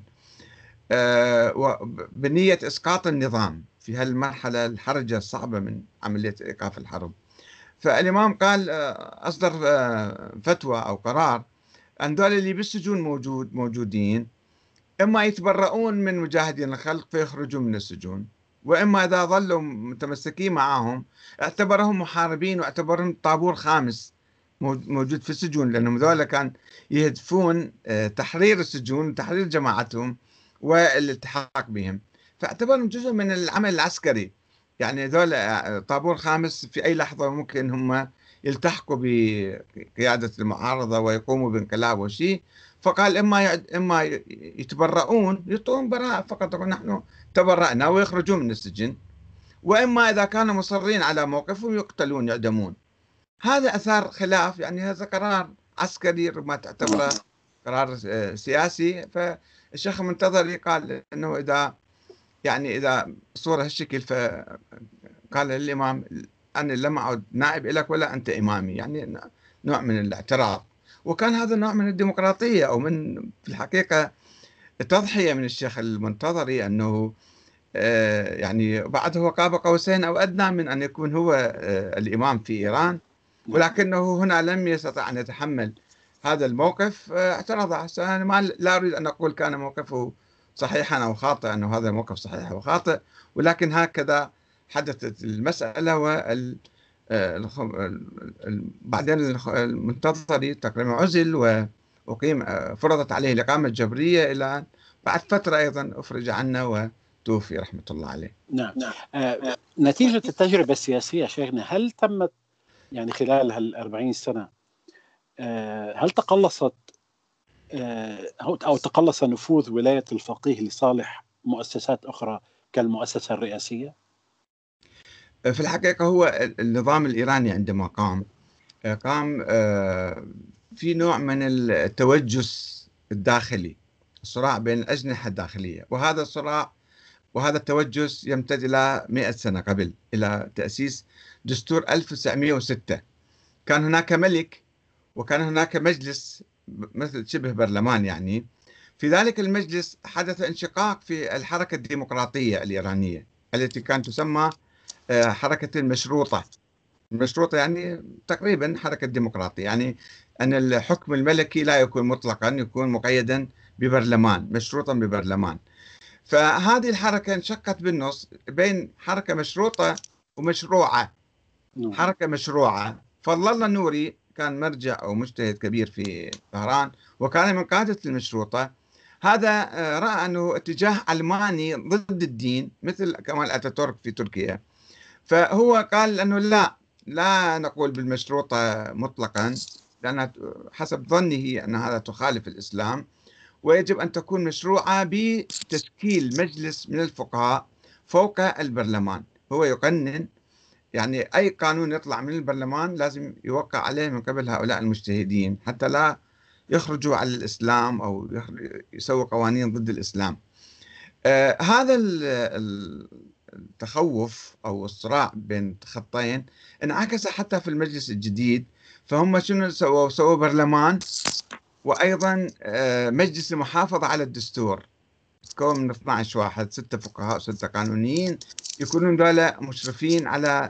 بنية إسقاط النظام في هالمرحلة الحرجة الصعبة من عملية إيقاف الحرب. فالإمام قال أصدر فتوى أو قرار أن دول اللي بالسجون موجود موجودين إما يتبرؤون من مجاهدين الخلق فيخرجوا من السجون، وإما إذا ظلوا متمسكين معهم اعتبرهم محاربين واعتبرهم طابور خامس موجود في السجون، لأنهم ذولا كان يهدفون تحرير السجون وتحرير جماعتهم والالتحاق بهم، فاعتبرهم جزء من العمل العسكري. يعني ذولا طابور خامس في أي لحظة ممكن هم يلتحقوا بقيادة المعارضة ويقوموا بانقلاب وشيء، فقال إما إما يتبرؤون يعطون براءة فقط نحن تبرأنا ويخرجون من السجن، وإما إذا كانوا مصرين على موقفهم يقتلون يعدمون. هذا أثار خلاف، يعني هذا قرار عسكري ربما تعتبره قرار سياسي. فالشيخ المنتظري قال إنه إذا يعني إذا صورة هالشكل فقال للإمام أنا لم أعد نائب لك ولا أنت إمامي، يعني نوع من الاعتراض. وكان هذا نوع من الديمقراطية أو من في الحقيقة تضحية من الشيخ المنتظري أنه يعني بعد هو قاب قوسين أو أدنى من أن يكون هو الإمام في إيران، ولكنه هنا لم يستطع أن يتحمل هذا الموقف اعترض. أنا ما لا أريد أن أقول كان موقفه صحيحا أو خاطئا أنه هذا موقف صحيح أو خاطئ، ولكن هكذا حدثت المسألة. وال بعدين المنتظري تقريبا عزل وأقيم فرضت عليه الإقامة الجبرية إلى بعد فترة أيضا أفرج عنه وتوفي رحمة الله عليه. نعم. آه نتيجة التجربة السياسية شيخنا، هل تمت يعني خلال هالأربعين سنة آه هل تقلصت آه أو تقلص نفوذ ولاية الفقيه لصالح مؤسسات أخرى كالمؤسسة الرئاسية؟ في الحقيقة هو النظام الإيراني عندما قام قام في نوع من التوجس الداخلي، الصراع بين الأجنحة الداخلية، وهذا الصراع وهذا التوجس يمتد إلى مئة سنة قبل إلى تأسيس دستور ألف وتسعمئة وستة. كان هناك ملك وكان هناك مجلس مثل شبه برلمان، يعني في ذلك المجلس حدث انشقاق في الحركة الديمقراطية الإيرانية التي كانت تسمى حركة المشروطة. المشروطة يعني تقريبا حركة ديمقراطية، يعني أن الحكم الملكي لا يكون مطلقا، يكون مقيدا ببرلمان، مشروطا ببرلمان. فهذه الحركة انشقت بالنص بين حركة مشروطة ومشروعة. حركة مشروعة فضل الله النوري كان مرجع أو مجتهد كبير في طهران وكان من قادة المشروطة، هذا رأى أنه اتجاه علماني ضد الدين مثل كمال أتاتورك في تركيا، فهو قال أنه لا لا نقول بالمشروطة مطلقا لأن حسب ظنه أن هذا تخالف الإسلام، ويجب أن تكون مشروعة بتشكيل مجلس من الفقهاء فوق البرلمان. هو يقنن، يعني أي قانون يطلع من البرلمان لازم يوقع عليه من قبل هؤلاء المجتهدين حتى لا يخرجوا على الإسلام أو يسووا قوانين ضد الإسلام. آه هذا التخوف أو الصراع بين خطين انعكس حتى في المجلس الجديد. فهم شنو سووا؟ سووا برلمان وأيضا آه مجلس المحافظة على الدستور، تكون من اثني عشر واحد، ستة فقهاء وستة قانونيين، يكونون دولة مشرفين على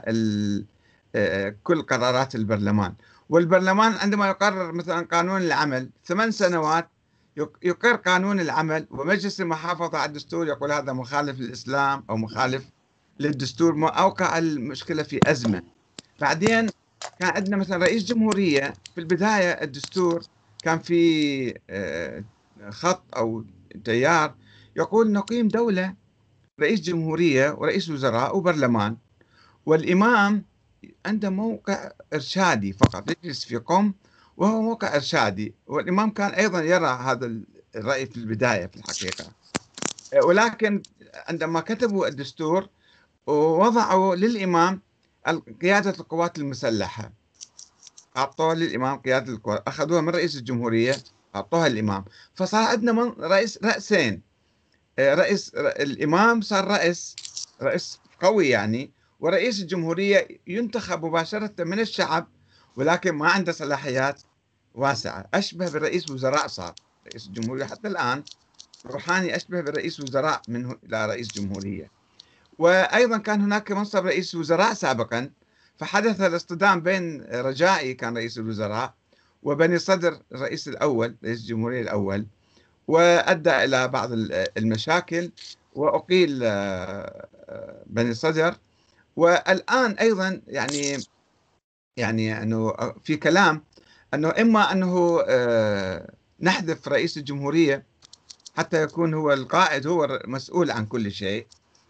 كل قرارات البرلمان. والبرلمان عندما يقرر مثلا قانون العمل ثمان سنوات يقر قانون العمل، ومجلس المحافظة على الدستور يقول هذا مخالف للإسلام أو مخالف للدستور، ما أوقع المشكلة في أزمة. بعدين كان عندنا مثلا رئيس جمهورية، في البداية الدستور كان في خط أو تيار يقول نقيم دولة رئيس جمهورية ورئيس وزراء وبرلمان، والإمام عنده موقع إرشادي فقط، يجلس في قم وهو موقع إرشادي. والإمام كان أيضا يرى هذا الرأي في البداية في الحقيقة، ولكن عندما كتبوا الدستور ووضعوا للإمام قيادة القوات المسلحة، أعطوها للإمام قيادة القوات، أخذوها من رئيس الجمهورية أعطوها للإمام، فصار عندنا من رئيس رأسين. رئيس الإمام صار رئيس رئيس قوي يعني، ورئيس الجمهورية ينتخب مباشرة من الشعب ولكن ما عنده صلاحيات واسعة، أشبه بالرئيس وزراء. صار رئيس الجمهورية حتى الآن روحاني أشبه بالرئيس وزراء منه إلى رئيس جمهورية. وأيضا كان هناك منصب رئيس وزراء سابقا، فحدث الاصطدام بين رجائي كان رئيس الوزراء وبني صدر الرئيس الأول رئيس الجمهورية الأول، وأدى إلى بعض المشاكل وأقيل بني صدر. والآن أيضا يعني يعني أنه في كلام أنه إما أنه نحذف رئيس الجمهورية حتى يكون هو القائد، هو مسؤول عن كل شيء،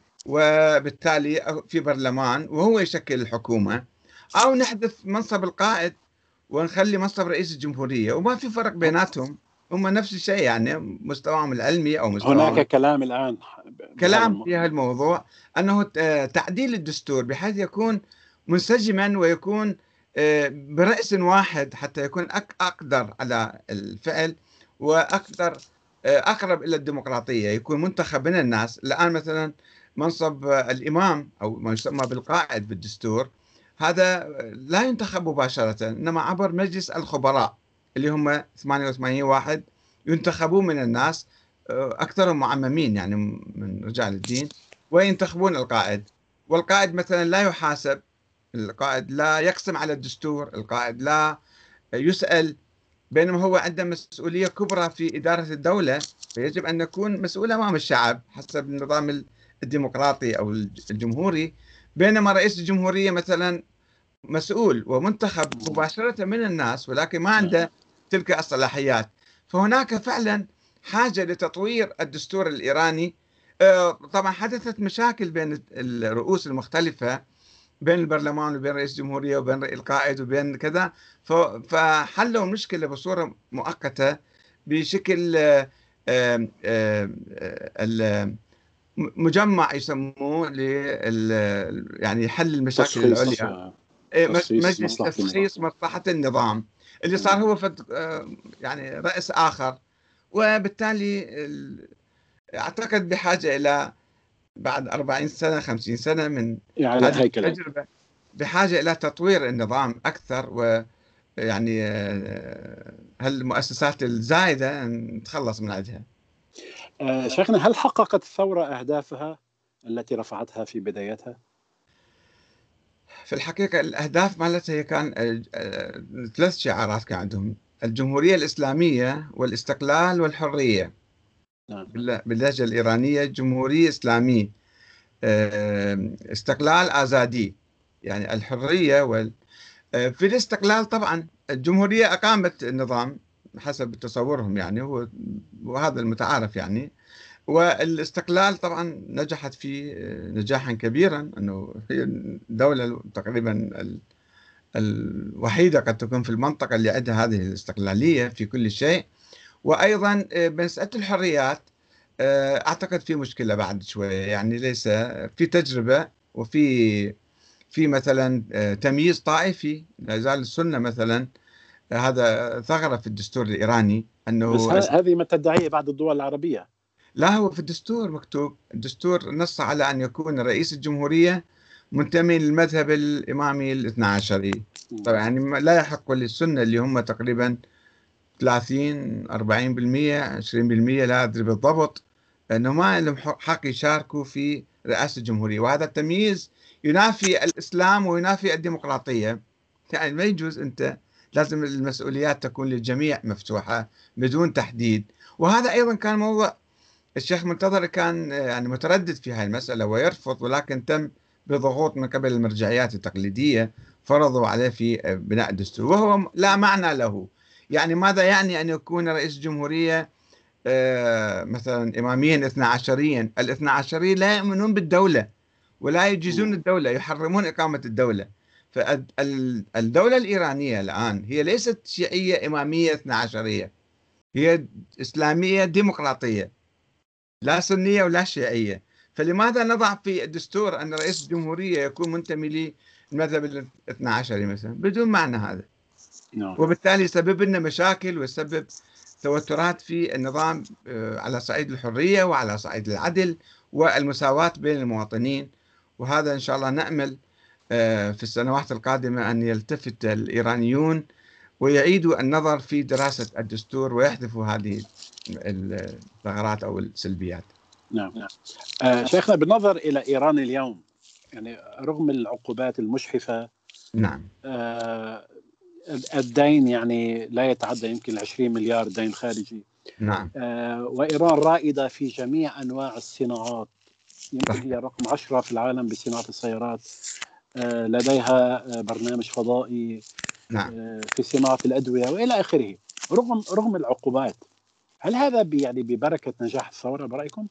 وبالتالي في برلمان وهو يشكل الحكومة، أو نحذف منصب القائد ونخلي منصب رئيس الجمهورية، وما في فرق بيناتهم، هم نفس الشيء يعني مستواهم العلمي أو مستواهم. هناك كلام الآن كلام في هذا الموضوع أنه تعديل الدستور بحيث يكون منسجما ويكون برأس واحد حتى يكون أقدر على الفعل وأقدر أقرب إلى الديمقراطية، يكون منتخب من الناس. الآن مثلا منصب الإمام أو ما يسمى بالقائد بالدستور هذا لا ينتخب مباشرة، إنما عبر مجلس الخبراء اللي هم ثمانية وثمانين واحد ينتخبون من الناس، أكثرهم معممين يعني من رجال الدين، وينتخبون القائد. والقائد مثلا لا يحاسب، القائد لا يقسم على الدستور، القائد لا يسأل، بينما هو عنده مسؤولية كبرى في إدارة الدولة، فيجب أن نكون مسؤول أمام الشعب حسب النظام الديمقراطي أو الجمهوري. بينما رئيس الجمهورية مثلا مسؤول ومنتخب مباشرة من الناس ولكن ما عنده تلك الصلاحيات. فهناك فعلا حاجة لتطوير الدستور الإيراني. طبعا حدثت مشاكل بين الرؤوس المختلفة، بين البرلمان وبين رئيس الجمهورية وبين القائد وبين كذا، فحلوا المشكلة بصورة مؤقتة بشكل مجمع يسموه يعني حل المشاكل العليا، مجلس تشخيص مصلحة النظام، اللي صار هو يعني رأس آخر. وبالتالي أعتقد بحاجة إلى بعد أربعين سنة خمسين سنة من يعني هذه التجربة بحاجة إلى تطوير النظام أكثر، ويعني هالمؤسسات الزايدة نتخلص من عندها. شيخنا، هل حققت الثورة أهدافها التي رفعتها في بدايتها؟ في الحقيقة الأهداف مالتها هي كان ثلاث شعارات كان عندهم: الجمهورية الإسلامية والاستقلال والحرية. نعم. باللهجة الإيرانية جمهورية إسلامية، استقلال آزادي، يعني الحرية وال... في الاستقلال طبعا الجمهورية أقامت النظام حسب تصورهم يعني، وهذا المتعارف يعني. والاستقلال طبعا نجحت فيه نجاحا كبيرا، أنه هي الدولة تقريبا الوحيدة قد تكون في المنطقة اللي عندها هذه الاستقلالية في كل شيء. وأيضا بمسألة الحريات أعتقد في مشكلة بعد شوية، يعني ليس في تجربة، وفي في مثلا تمييز طائفي. لا زال السنة مثلا هذا ثغرة في الدستور الإيراني بس أنه. هذه ما تدعيه بعض الدول العربية. لا، هو في الدستور مكتوب، الدستور نص على أن يكون رئيس الجمهورية منتمي للمذهب الإمامي الاثنى عشري. طبعا يعني لا يحق للسنة اللي هم تقريبا ثلاثين أربعين بالمئة عشرين بالمئة لا أدري بالضبط، أنه ما لهم حق يشاركوا في رئاسة الجمهورية. وهذا التمييز ينافي الإسلام وينافي الديمقراطية. يعني ما يجوز، أنت لازم المسؤوليات تكون للجميع مفتوحة بدون تحديد. وهذا أيضا كان موضوع الشيخ منتظر كان يعني متردد في هذه المسألة ويرفض، ولكن تم بضغوط من قبل المرجعيات التقليدية، فرضوا عليه في بناء الدستور، وهو لا معنى له. يعني ماذا يعني أن يكون رئيس الجمهورية آه، مثلا إماميا اثنا عشريا؟ الاثنا عشريين لا يؤمنون بالدولة ولا يجيزون الدولة، يحرمون إقامة الدولة. فالدولة الإيرانية الآن هي ليست شيعية إمامية اثنا عشرية، هي إسلامية ديمقراطية، لا سنية ولا شيعية. فلماذا نضع في الدستور أن رئيس الجمهورية يكون منتمي للمذهب الاثنى عشري مثلا؟ بدون معنى هذا. نعم. وبالتالي يسبب لنا مشاكل ويسبب توترات في النظام على صعيد الحرية وعلى صعيد العدل والمساواة بين المواطنين. وهذا إن شاء الله نأمل في السنوات القادمة أن يلتفت الإيرانيون ويعيدوا النظر في دراسة الدستور ويحذفوا هذه الثغرات أو السلبيات. نعم. آه شيخنا، بالنظر إلى إيران اليوم، يعني رغم العقوبات المجحفة، نعم آه الدين يعني لا يتعدى يمكن عشرين مليار دين خارجي. نعم آه وإيران رائدة في جميع أنواع الصناعات، يمكن هي رقم عشرة في العالم بصناعة السيارات. آه لديها برنامج فضائي. نعم آه في صناعة الأدوية وإلى آخره. رغم رغم العقوبات، هل هذا يعني ببركة نجاح الثورة برأيكم؟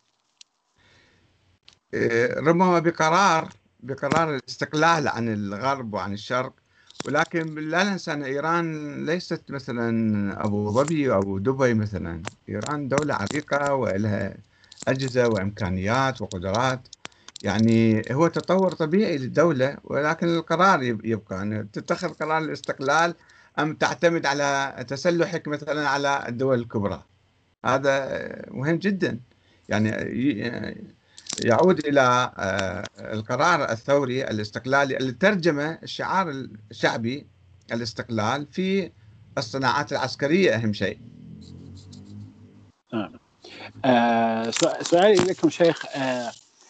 ربما بقرار بقرار الاستقلال عن الغرب وعن الشرق. ولكن لا ننسى أن إيران ليست مثلا أبو ظبي أو أبو دبي مثلا. إيران دولة عريقة ولها أجهزة وإمكانيات وقدرات. يعني هو تطور طبيعي للدولة، ولكن القرار يبقى أن تتخذ قرار الاستقلال أم تعتمد على تسلحك مثلا على الدول الكبرى. هذا مهم جدا. يعني يعود إلى القرار الثوري الاستقلالي اللي ترجم الشعار الشعبي الاستقلال في الصناعات العسكرية أهم شيء. آه. آه سؤالي لكم شيخ، آه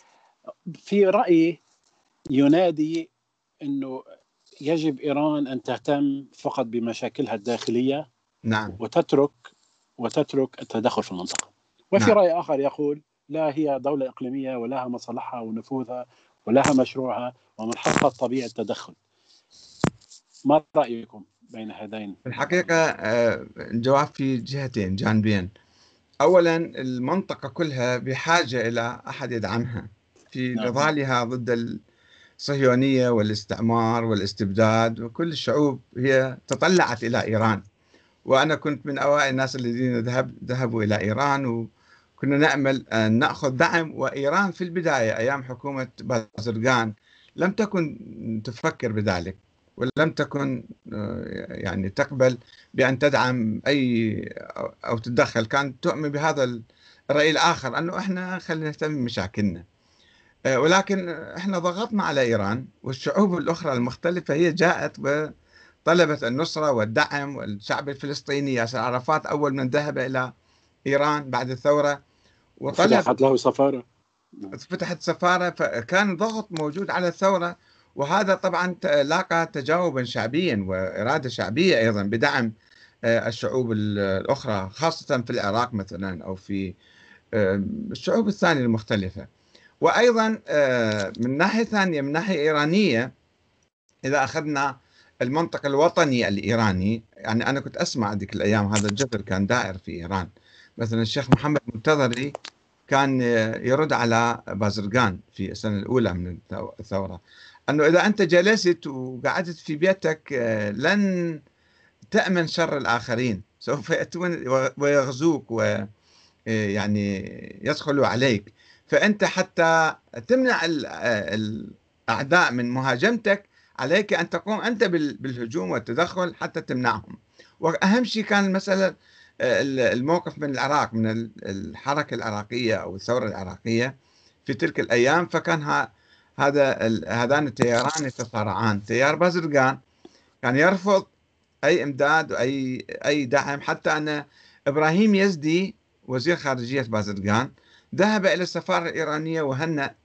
في رأيي ينادي أنه يجب إيران أن تهتم فقط بمشاكلها الداخلية. نعم وتترك وتترك التدخل في المنطقة. وفي نعم. رأي آخر يقول لا، هي دولة إقليمية ولها مصالحها ونفوذها ولها مشروعها، ومن حقها الطبيعي التدخل. ما رأيكم بين هذين؟ الحقيقة الجواب في جهتين جانبين. أولا المنطقة كلها بحاجة إلى أحد يدعمها في نعم. نضالها ضد الصهيونية والاستعمار والاستبداد، وكل الشعوب هي تطلعت إلى إيران. وأنا كنت من أوائل الناس الذين ذهب ذهبوا إلى إيران، وكنا نأمل أن نأخذ دعم. وإيران في البداية أيام حكومة بازرغان لم تكن تفكر بذلك، ولم تكن يعني تقبل بأن تدعم أي أو تتدخل. كانت تؤمن بهذا الرأي الآخر، أنه إحنا خلينا نهتم بمشاكلنا. ولكن إحنا ضغطنا على إيران، والشعوب الأخرى المختلفة هي جاءت وطلبت النصرة والدعم. والشعب الفلسطيني ياسر عرفات أول من ذهب إلى إيران بعد الثورة وطلب، فتحت له سفارة. فتحت سفارة، فكان ضغط موجود على الثورة. وهذا طبعا لاقى تجاوبا شعبيا وإرادة شعبية أيضا بدعم الشعوب الأخرى، خاصة في العراق مثلا أو في الشعوب الثانية المختلفة. وأيضا من ناحية ثانية، من ناحية إيرانية، إذا أخذنا المنطق الوطني الإيراني، يعني أنا كنت أسمع ذيك الأيام هذا الجدل كان دائر في إيران. مثلا الشيخ محمد منتظري كان يرد على بازرغان في السنة الأولى من الثورة، أنه إذا أنت جلست وقعدت في بيتك لن تأمن شر الآخرين، سوف يأتون ويغزوك يعني يدخلوا عليك، فأنت حتى تمنع الأعداء من مهاجمتك عليك أن تقوم أنت بالهجوم والتدخل حتى تمنعهم. وأهم شيء كان المسألة الموقف من العراق، من الحركة العراقية أو الثورة العراقية في تلك الأيام. فكان هذا هذان التياران يتصارعان. تيار بازرقان كان يرفض أي إمداد وأي أي دعم، حتى أن إبراهيم يزدي وزير خارجية بازرقان ذهب إلى السفارة الإيرانية وهنأ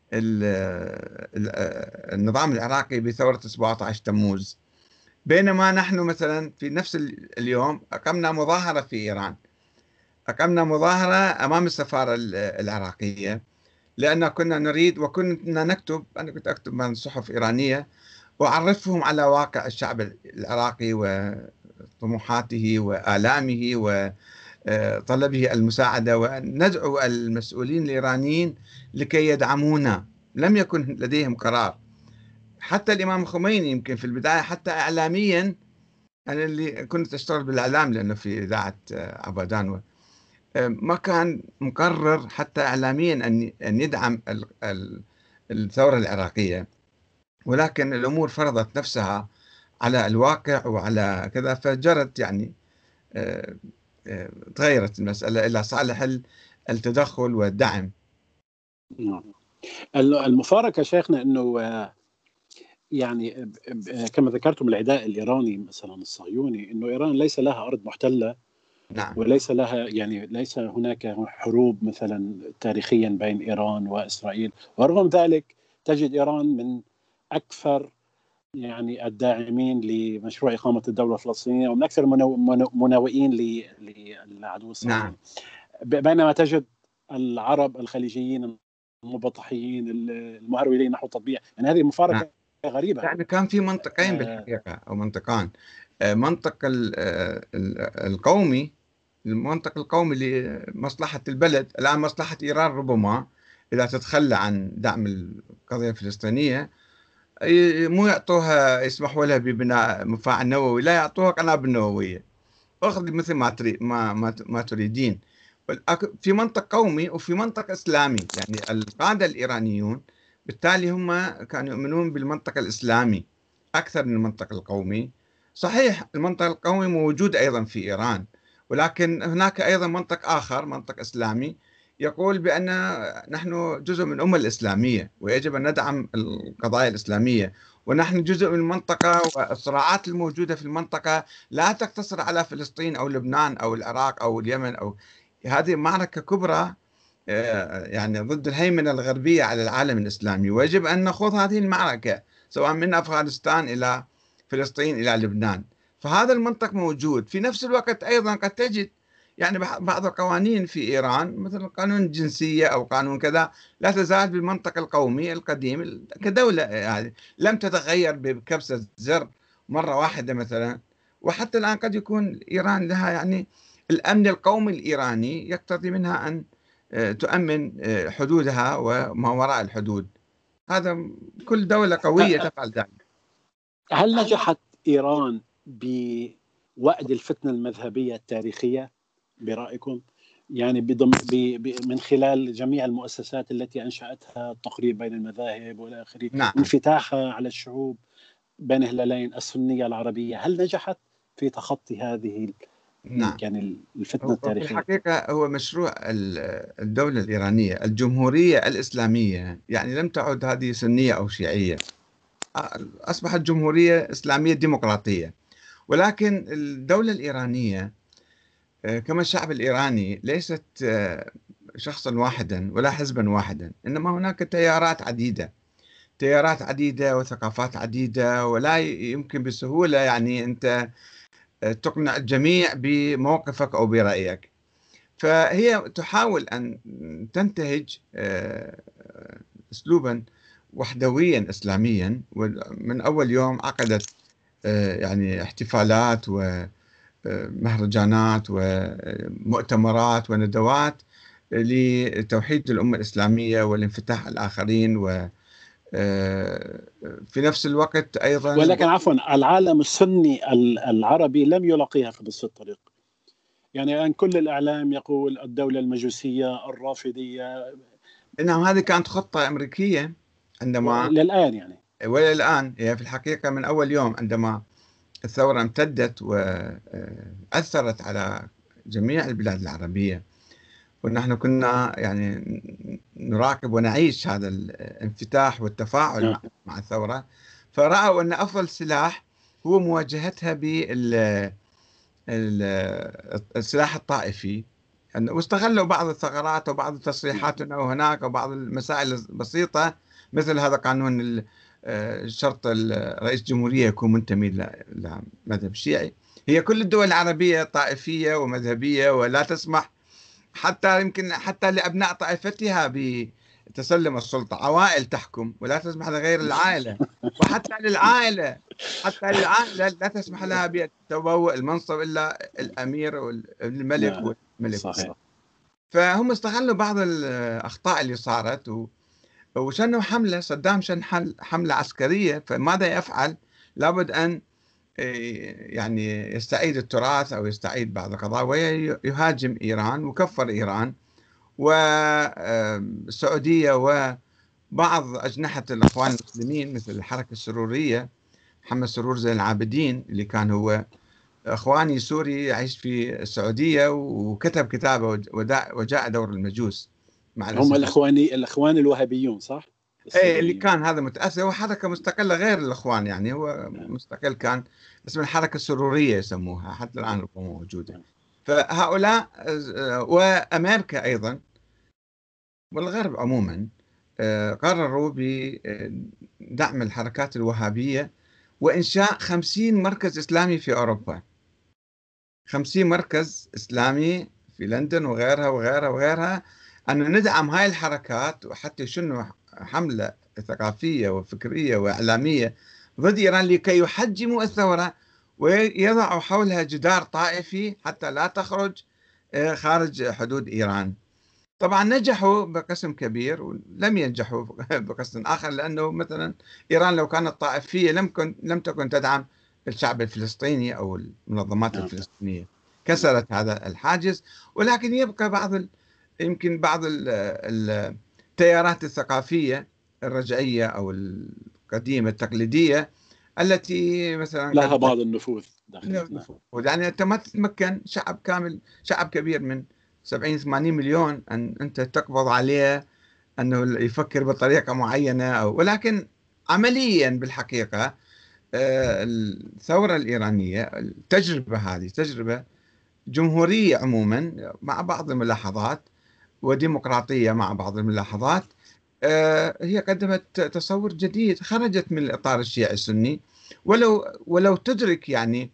النظام العراقي بثورة سبعة عشر تموز. بينما نحن مثلا في نفس اليوم أقمنا مظاهرة في إيران، أقمنا مظاهرة أمام السفارة العراقية، لأن كنا نريد وكنا نكتب، أنا كنت أكتب من صحف إيرانية وأعرفهم على واقع الشعب العراقي وطموحاته وآلامه وطلبه المساعدة، وندعو المسؤولين الإيرانيين لكي يدعمونا. لم يكن لديهم قرار. حتى الإمام الخميني يمكن في البداية حتى إعلاميا، أنا اللي كنت أشتغل بالإعلام لأنه في إذاعة عبادان، ما كان مقرر حتى إعلاميا أن أن يدعم الثورة العراقية، ولكن الأمور فرضت نفسها على الواقع وعلى كذا، فجرت يعني تغيرت المسألة إلى صالح التدخل والدعم. المفارقة شيخنا أنه يعني كما ذكرتم العداء الإيراني مثلا الصهيوني، أنه إيران ليس لها أرض محتلة. نعم. وليس لها يعني ليس هناك حروب مثلا تاريخيا بين إيران وإسرائيل، ورغم ذلك تجد إيران من أكثر يعني الداعمين لمشروع إقامة الدولة الفلسطينية، ومن أكثر المناوئين للعدو الصهيوني. نعم. بينما تجد العرب الخليجيين المبطحين المهرولين نحو التطبيع. يعني هذه مفارقة نعم. غريبة. يعني كان في منطقين بالحقيقة أو منطقان. منطق القومي، المنطق القومي لمصلحة البلد. الآن مصلحة إيران ربما إذا تتخلى عن دعم القضية الفلسطينية مو يعطوها، يسمحوا لها ببناء مفاعل نووي، لا يعطوها قنابل نووية، أخذ مثل ما تريد ما ما, ما تريدين. في منطق قومي وفي منطق إسلامي. يعني القادة الإيرانيون بالتالي هم كانوا يؤمنون بالمنطق الإسلامي أكثر من المنطق القومي. صحيح المنطق القومي موجود أيضا في إيران، ولكن هناك أيضا منطق آخر، منطق إسلامي، يقول بأن نحن جزء من الأمة الإسلامية ويجب أن ندعم القضايا الإسلامية، ونحن جزء من المنطقة، والصراعات الموجودة في المنطقة لا تقتصر على فلسطين أو لبنان أو العراق أو اليمن، أو هذه معركة كبرى يعني ضد الهيمنة الغربية على العالم الإسلامي، ويجب أن نخوض هذه المعركة سواء من أفغانستان إلى فلسطين إلى لبنان. فهذا المنطق موجود. في نفس الوقت أيضا قد تجد يعني بعض القوانين في إيران مثل قانون الجنسية أو قانون كذا لا تزال بالمنطق القومي القديم كدولة، يعني لم تتغير بكبسة زر مرة واحدة مثلا. وحتى الآن قد يكون إيران لها يعني الأمن القومي الإيراني يقتضي منها أن تؤمن حدودها وما وراء الحدود. هذا كل دولة قوية تفعل ذلك. هل نجحت إيران بوأد الفتنة المذهبية التاريخية برأيكم؟ يعني بضم من خلال جميع المؤسسات التي أنشأتها، التقريب بين المذاهب والى آخره، نعم. انفتاحها على الشعوب بين هلالين السنية العربية، هل نجحت في تخطي هذه نعم. يعني الفتنة التاريخية؟ في الحقيقة هو مشروع الدولة الإيرانية الجمهورية الإسلامية، يعني لم تعد هذه سنية أو شيعية، أصبحت جمهورية إسلامية ديمقراطية. ولكن الدولة الإيرانية كما الشعب الإيراني ليست شخصا واحدا ولا حزبا واحدا، إنما هناك تيارات عديدة تيارات عديدة وثقافات عديدة، ولا يمكن بسهولة يعني أنت تقنع الجميع بموقفك أو برأيك. فهي تحاول أن تنتهج أسلوبا وحدويا إسلاميا، ومن أول يوم عقدت يعني احتفالات ومهرجانات ومؤتمرات وندوات لتوحيد الأمة الإسلامية والانفتاح على الآخرين، و في نفس الوقت أيضا. ولكن عفوا العالم السني العربي لم يلاقيها بنفس الطريق. يعني الآن كل الإعلام يقول الدولة المجوسية الرافضية. إنه هذه كانت خطة أمريكية عندما للآن يعني ولا الآن هي في الحقيقة من أول يوم عندما الثورة امتدت وأثرت على جميع البلاد العربية، ونحن كنا يعني نراقب ونعيش هذا الانفتاح والتفاعل مع مع الثورة، فرأوا أن أفضل سلاح هو مواجهتها بالسلاح الطائفي، يعني واستغلوا بعض الثغرات وبعض التصريحات هنا وهناك وبعض المسائل البسيطة، مثل هذا قانون شرط رئيس الجمهورية يكون منتمي لمذهب الشيعي. هي كل الدول العربية طائفية ومذهبية ولا تسمح حتى يمكن حتى لأبناء طائفتها بتسلم السلطة، عوائل تحكم ولا تسمح لغير العائلة، وحتى للعائلة حتى للعائلة لا تسمح لها بتبوء المنصب إلا الأمير والملك والملك. صحيح. فهم استغلوا بعض الأخطاء اللي صارت و وشنوا حملة صدام شن حملة عسكرية، فماذا يفعل؟ لابد أن يعني يستعيد التراث أو يستعيد بعض القضايا ويهاجم إيران وكفر إيران والسعودية وبعض أجنحة الأخوان المسلمين مثل الحركة السرورية، محمد سرور زين العابدين اللي كان هو إخواني سوري يعيش في السعودية وكتب كتابه وجاء دور المجوس مع هم الإخواني الإخوان الوهابيون صح؟ ايه اللي كان هذا متأثر، هو حركة مستقلة غير الإخوان، يعني هو مستقل، كان اسم الحركة السرورية يسموها، حتى الآن موجودة. فهؤلاء وأمريكا أيضا والغرب عموما قرروا بدعم الحركات الوهابية وإنشاء خمسين مركز إسلامي في أوروبا، خمسين مركز إسلامي في لندن وغيرها وغيرها وغيرها، أن ندعم هاي الحركات وحتى شنو حملة ثقافية وفكرية وإعلامية ضد إيران لكي يحجموا الثورة ويضعوا حولها جدار طائفي حتى لا تخرج خارج حدود إيران. طبعا نجحوا بقسم كبير ولم ينجحوا بقسم آخر، لأنه مثلا إيران لو كانت طائفية لم كن لم تكن تدعم الشعب الفلسطيني أو المنظمات الفلسطينية، كسرت هذا الحاجز. ولكن يبقى بعض ال... يمكن بعض ال... التيارات الثقافية الرجعية أو القديمة التقليدية التي مثلا لها بعض النفوذ داخل، يعني أنت ما تتمكن شعب كامل، شعب كبير من سبعين ثمانين مليون أن أنت تقبض عليه أنه يفكر بطريقة معينة أو، ولكن عمليا بالحقيقة الثورة الإيرانية التجربة هذه تجربة جمهورية عموما مع بعض الملاحظات وديمقراطية مع بعض الملاحظات، هي قدمت تصور جديد، خرجت من الإطار الشيعي السني. ولو ولو تدرك يعني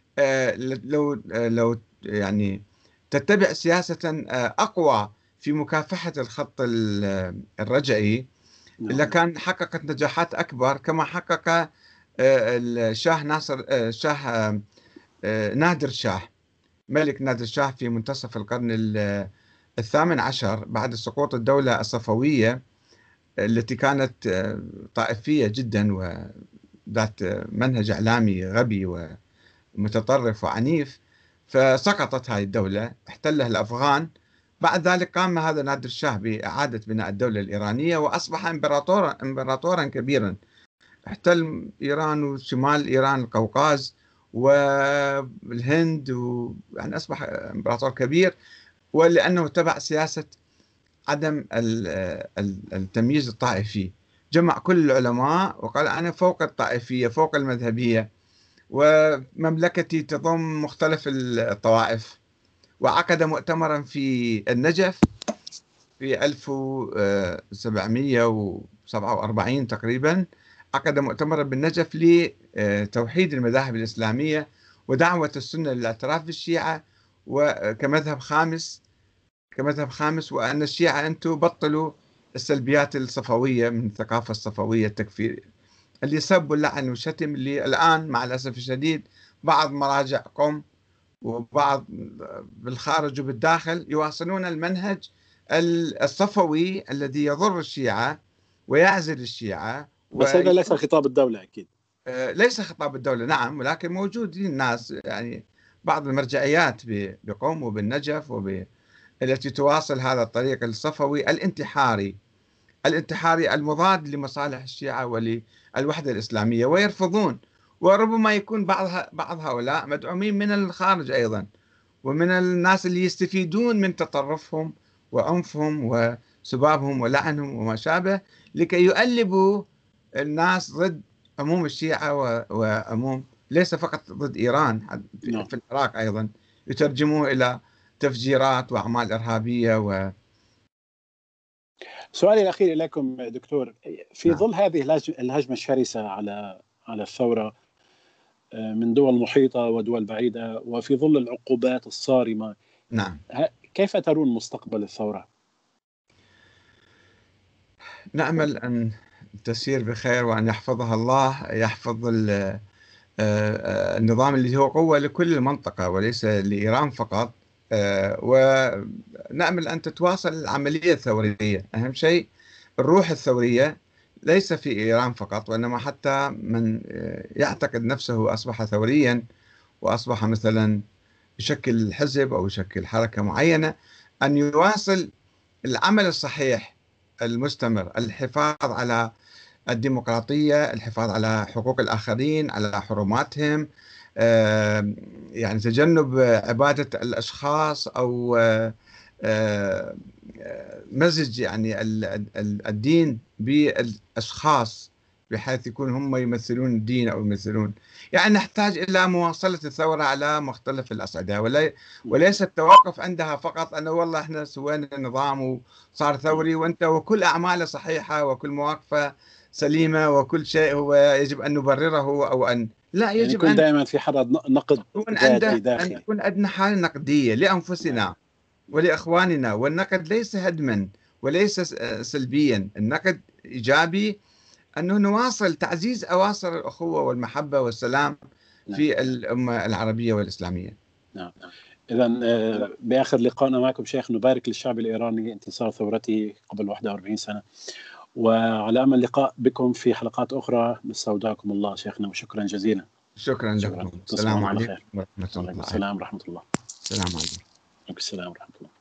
لو لو يعني تتبع سياسة أقوى في مكافحة الخط الرجعي لكان حققت نجاحات أكبر، كما حقق الشاه ناصر الشاه نادر شاه ملك نادر شاه في منتصف القرن الثامن عشر بعد سقوط الدولة الصفوية التي كانت طائفية جدا وذات منهج إعلامي غبي ومتطرف وعنيف، فسقطت هذه الدولة، احتلها الأفغان. بعد ذلك قام هذا نادر شاه بإعادة بناء الدولة الإيرانية وأصبح إمبراطورا إمبراطورا كبيرا، احتل إيران وشمال إيران القوقاز والهند و... يعني أصبح إمبراطور كبير، ولأنه تبع سياسة عدم التمييز الطائفي، جمع كل العلماء وقال أنا فوق الطائفية فوق المذهبية ومملكتي تضم مختلف الطوائف. وعقد مؤتمرا في النجف في ألف وسبعمئة وسبعة وأربعين تقريبا، عقد مؤتمرا بالنجف لتوحيد المذاهب الإسلامية ودعوة السنة للاعتراف بالشيعة وكمذهب خامس كمذهب خامس وأن الشيعة أنتم بطلوا السلبيات الصفوية من الثقافة الصفوية التكفير اللي سب واللعن والشتم، اللي الآن مع الأسف الشديد بعض مراجع قم وبعض بالخارج وبالداخل يواصلون المنهج الصفوي الذي يضر الشيعة ويعزل الشيعة. بس هذا ليس خطاب الدولة أكيد. ليس خطاب الدولة، نعم، ولكن موجودين ناس يعني بعض المرجعيات بقم وبالنجف وب التي تواصل هذا الطريق الصفوي الانتحاري الانتحاري المضاد لمصالح الشيعة وللوحدة الإسلامية، ويرفضون. وربما يكون بعض بعض هؤلاء مدعومين من الخارج أيضا، ومن الناس اللي يستفيدون من تطرفهم وعنفهم وسبابهم ولعنهم وما شابه، لكي يؤلبوا الناس ضد عموم الشيعة وعموم ليس فقط ضد إيران، في العراق أيضا يترجموه إلى تفجيرات وأعمال إرهابية. و سؤالي الأخير إليكم دكتور، في نعم. ظل هذه الهجمة الشرسة على على الثورة من دول محيطة ودول بعيدة، وفي ظل العقوبات الصارمة، نعم، كيف ترون مستقبل الثورة؟ نأمل أن تسير بخير، وأن يحفظها الله، يحفظ النظام اللي هو قوة لكل المنطقة وليس لإيران فقط. ونأمل أن تتواصل العملية الثورية. أهم شيء الروح الثورية، ليس في إيران فقط، وإنما حتى من يعتقد نفسه أصبح ثوريا وأصبح مثلا يشكل حزب أو يشكل حركة معينة، أن يواصل العمل الصحيح المستمر، الحفاظ على الديمقراطية، الحفاظ على حقوق الآخرين، على حرماتهم، يعني تجنب عبادة الأشخاص أو مزج يعني الدين بالأشخاص بحيث يكون هم يمثلون الدين أو يمثلون، يعني نحتاج إلى مواصلة الثورة على مختلف الأصعدة، وليس التوقف عندها فقط أنه والله إحنا سوينا نظام وصار ثوري وأنت وكل أعماله صحيحة وكل مواقفه سليمة وكل شيء هو يجب أن نبرره أو أن لا، يجب يعني يكون أن دائما في حالة نقد ذاتي داخلي، أن يكون عندنا حالة نقدية لأنفسنا ولإخواننا. والنقد ليس هدما وليس سلبيا، النقد إيجابي، أنه نواصل تعزيز أواصر الأخوة والمحبة والسلام في الأمة العربية والإسلامية. نعم. إذا بآخر لقائنا معكم شيخ، نبارك للشعب الإيراني انتصار ثورته قبل واحد وأربعين سنة، وعلى أمل اللقاء بكم في حلقات أخرى. نستودعكم الله شيخنا، وشكرا جزيلا. شكرا لكم. السلام عليكم ورحمة الله. السلام ورحمة الله. السلام عليكم. السلام ورحمة الله.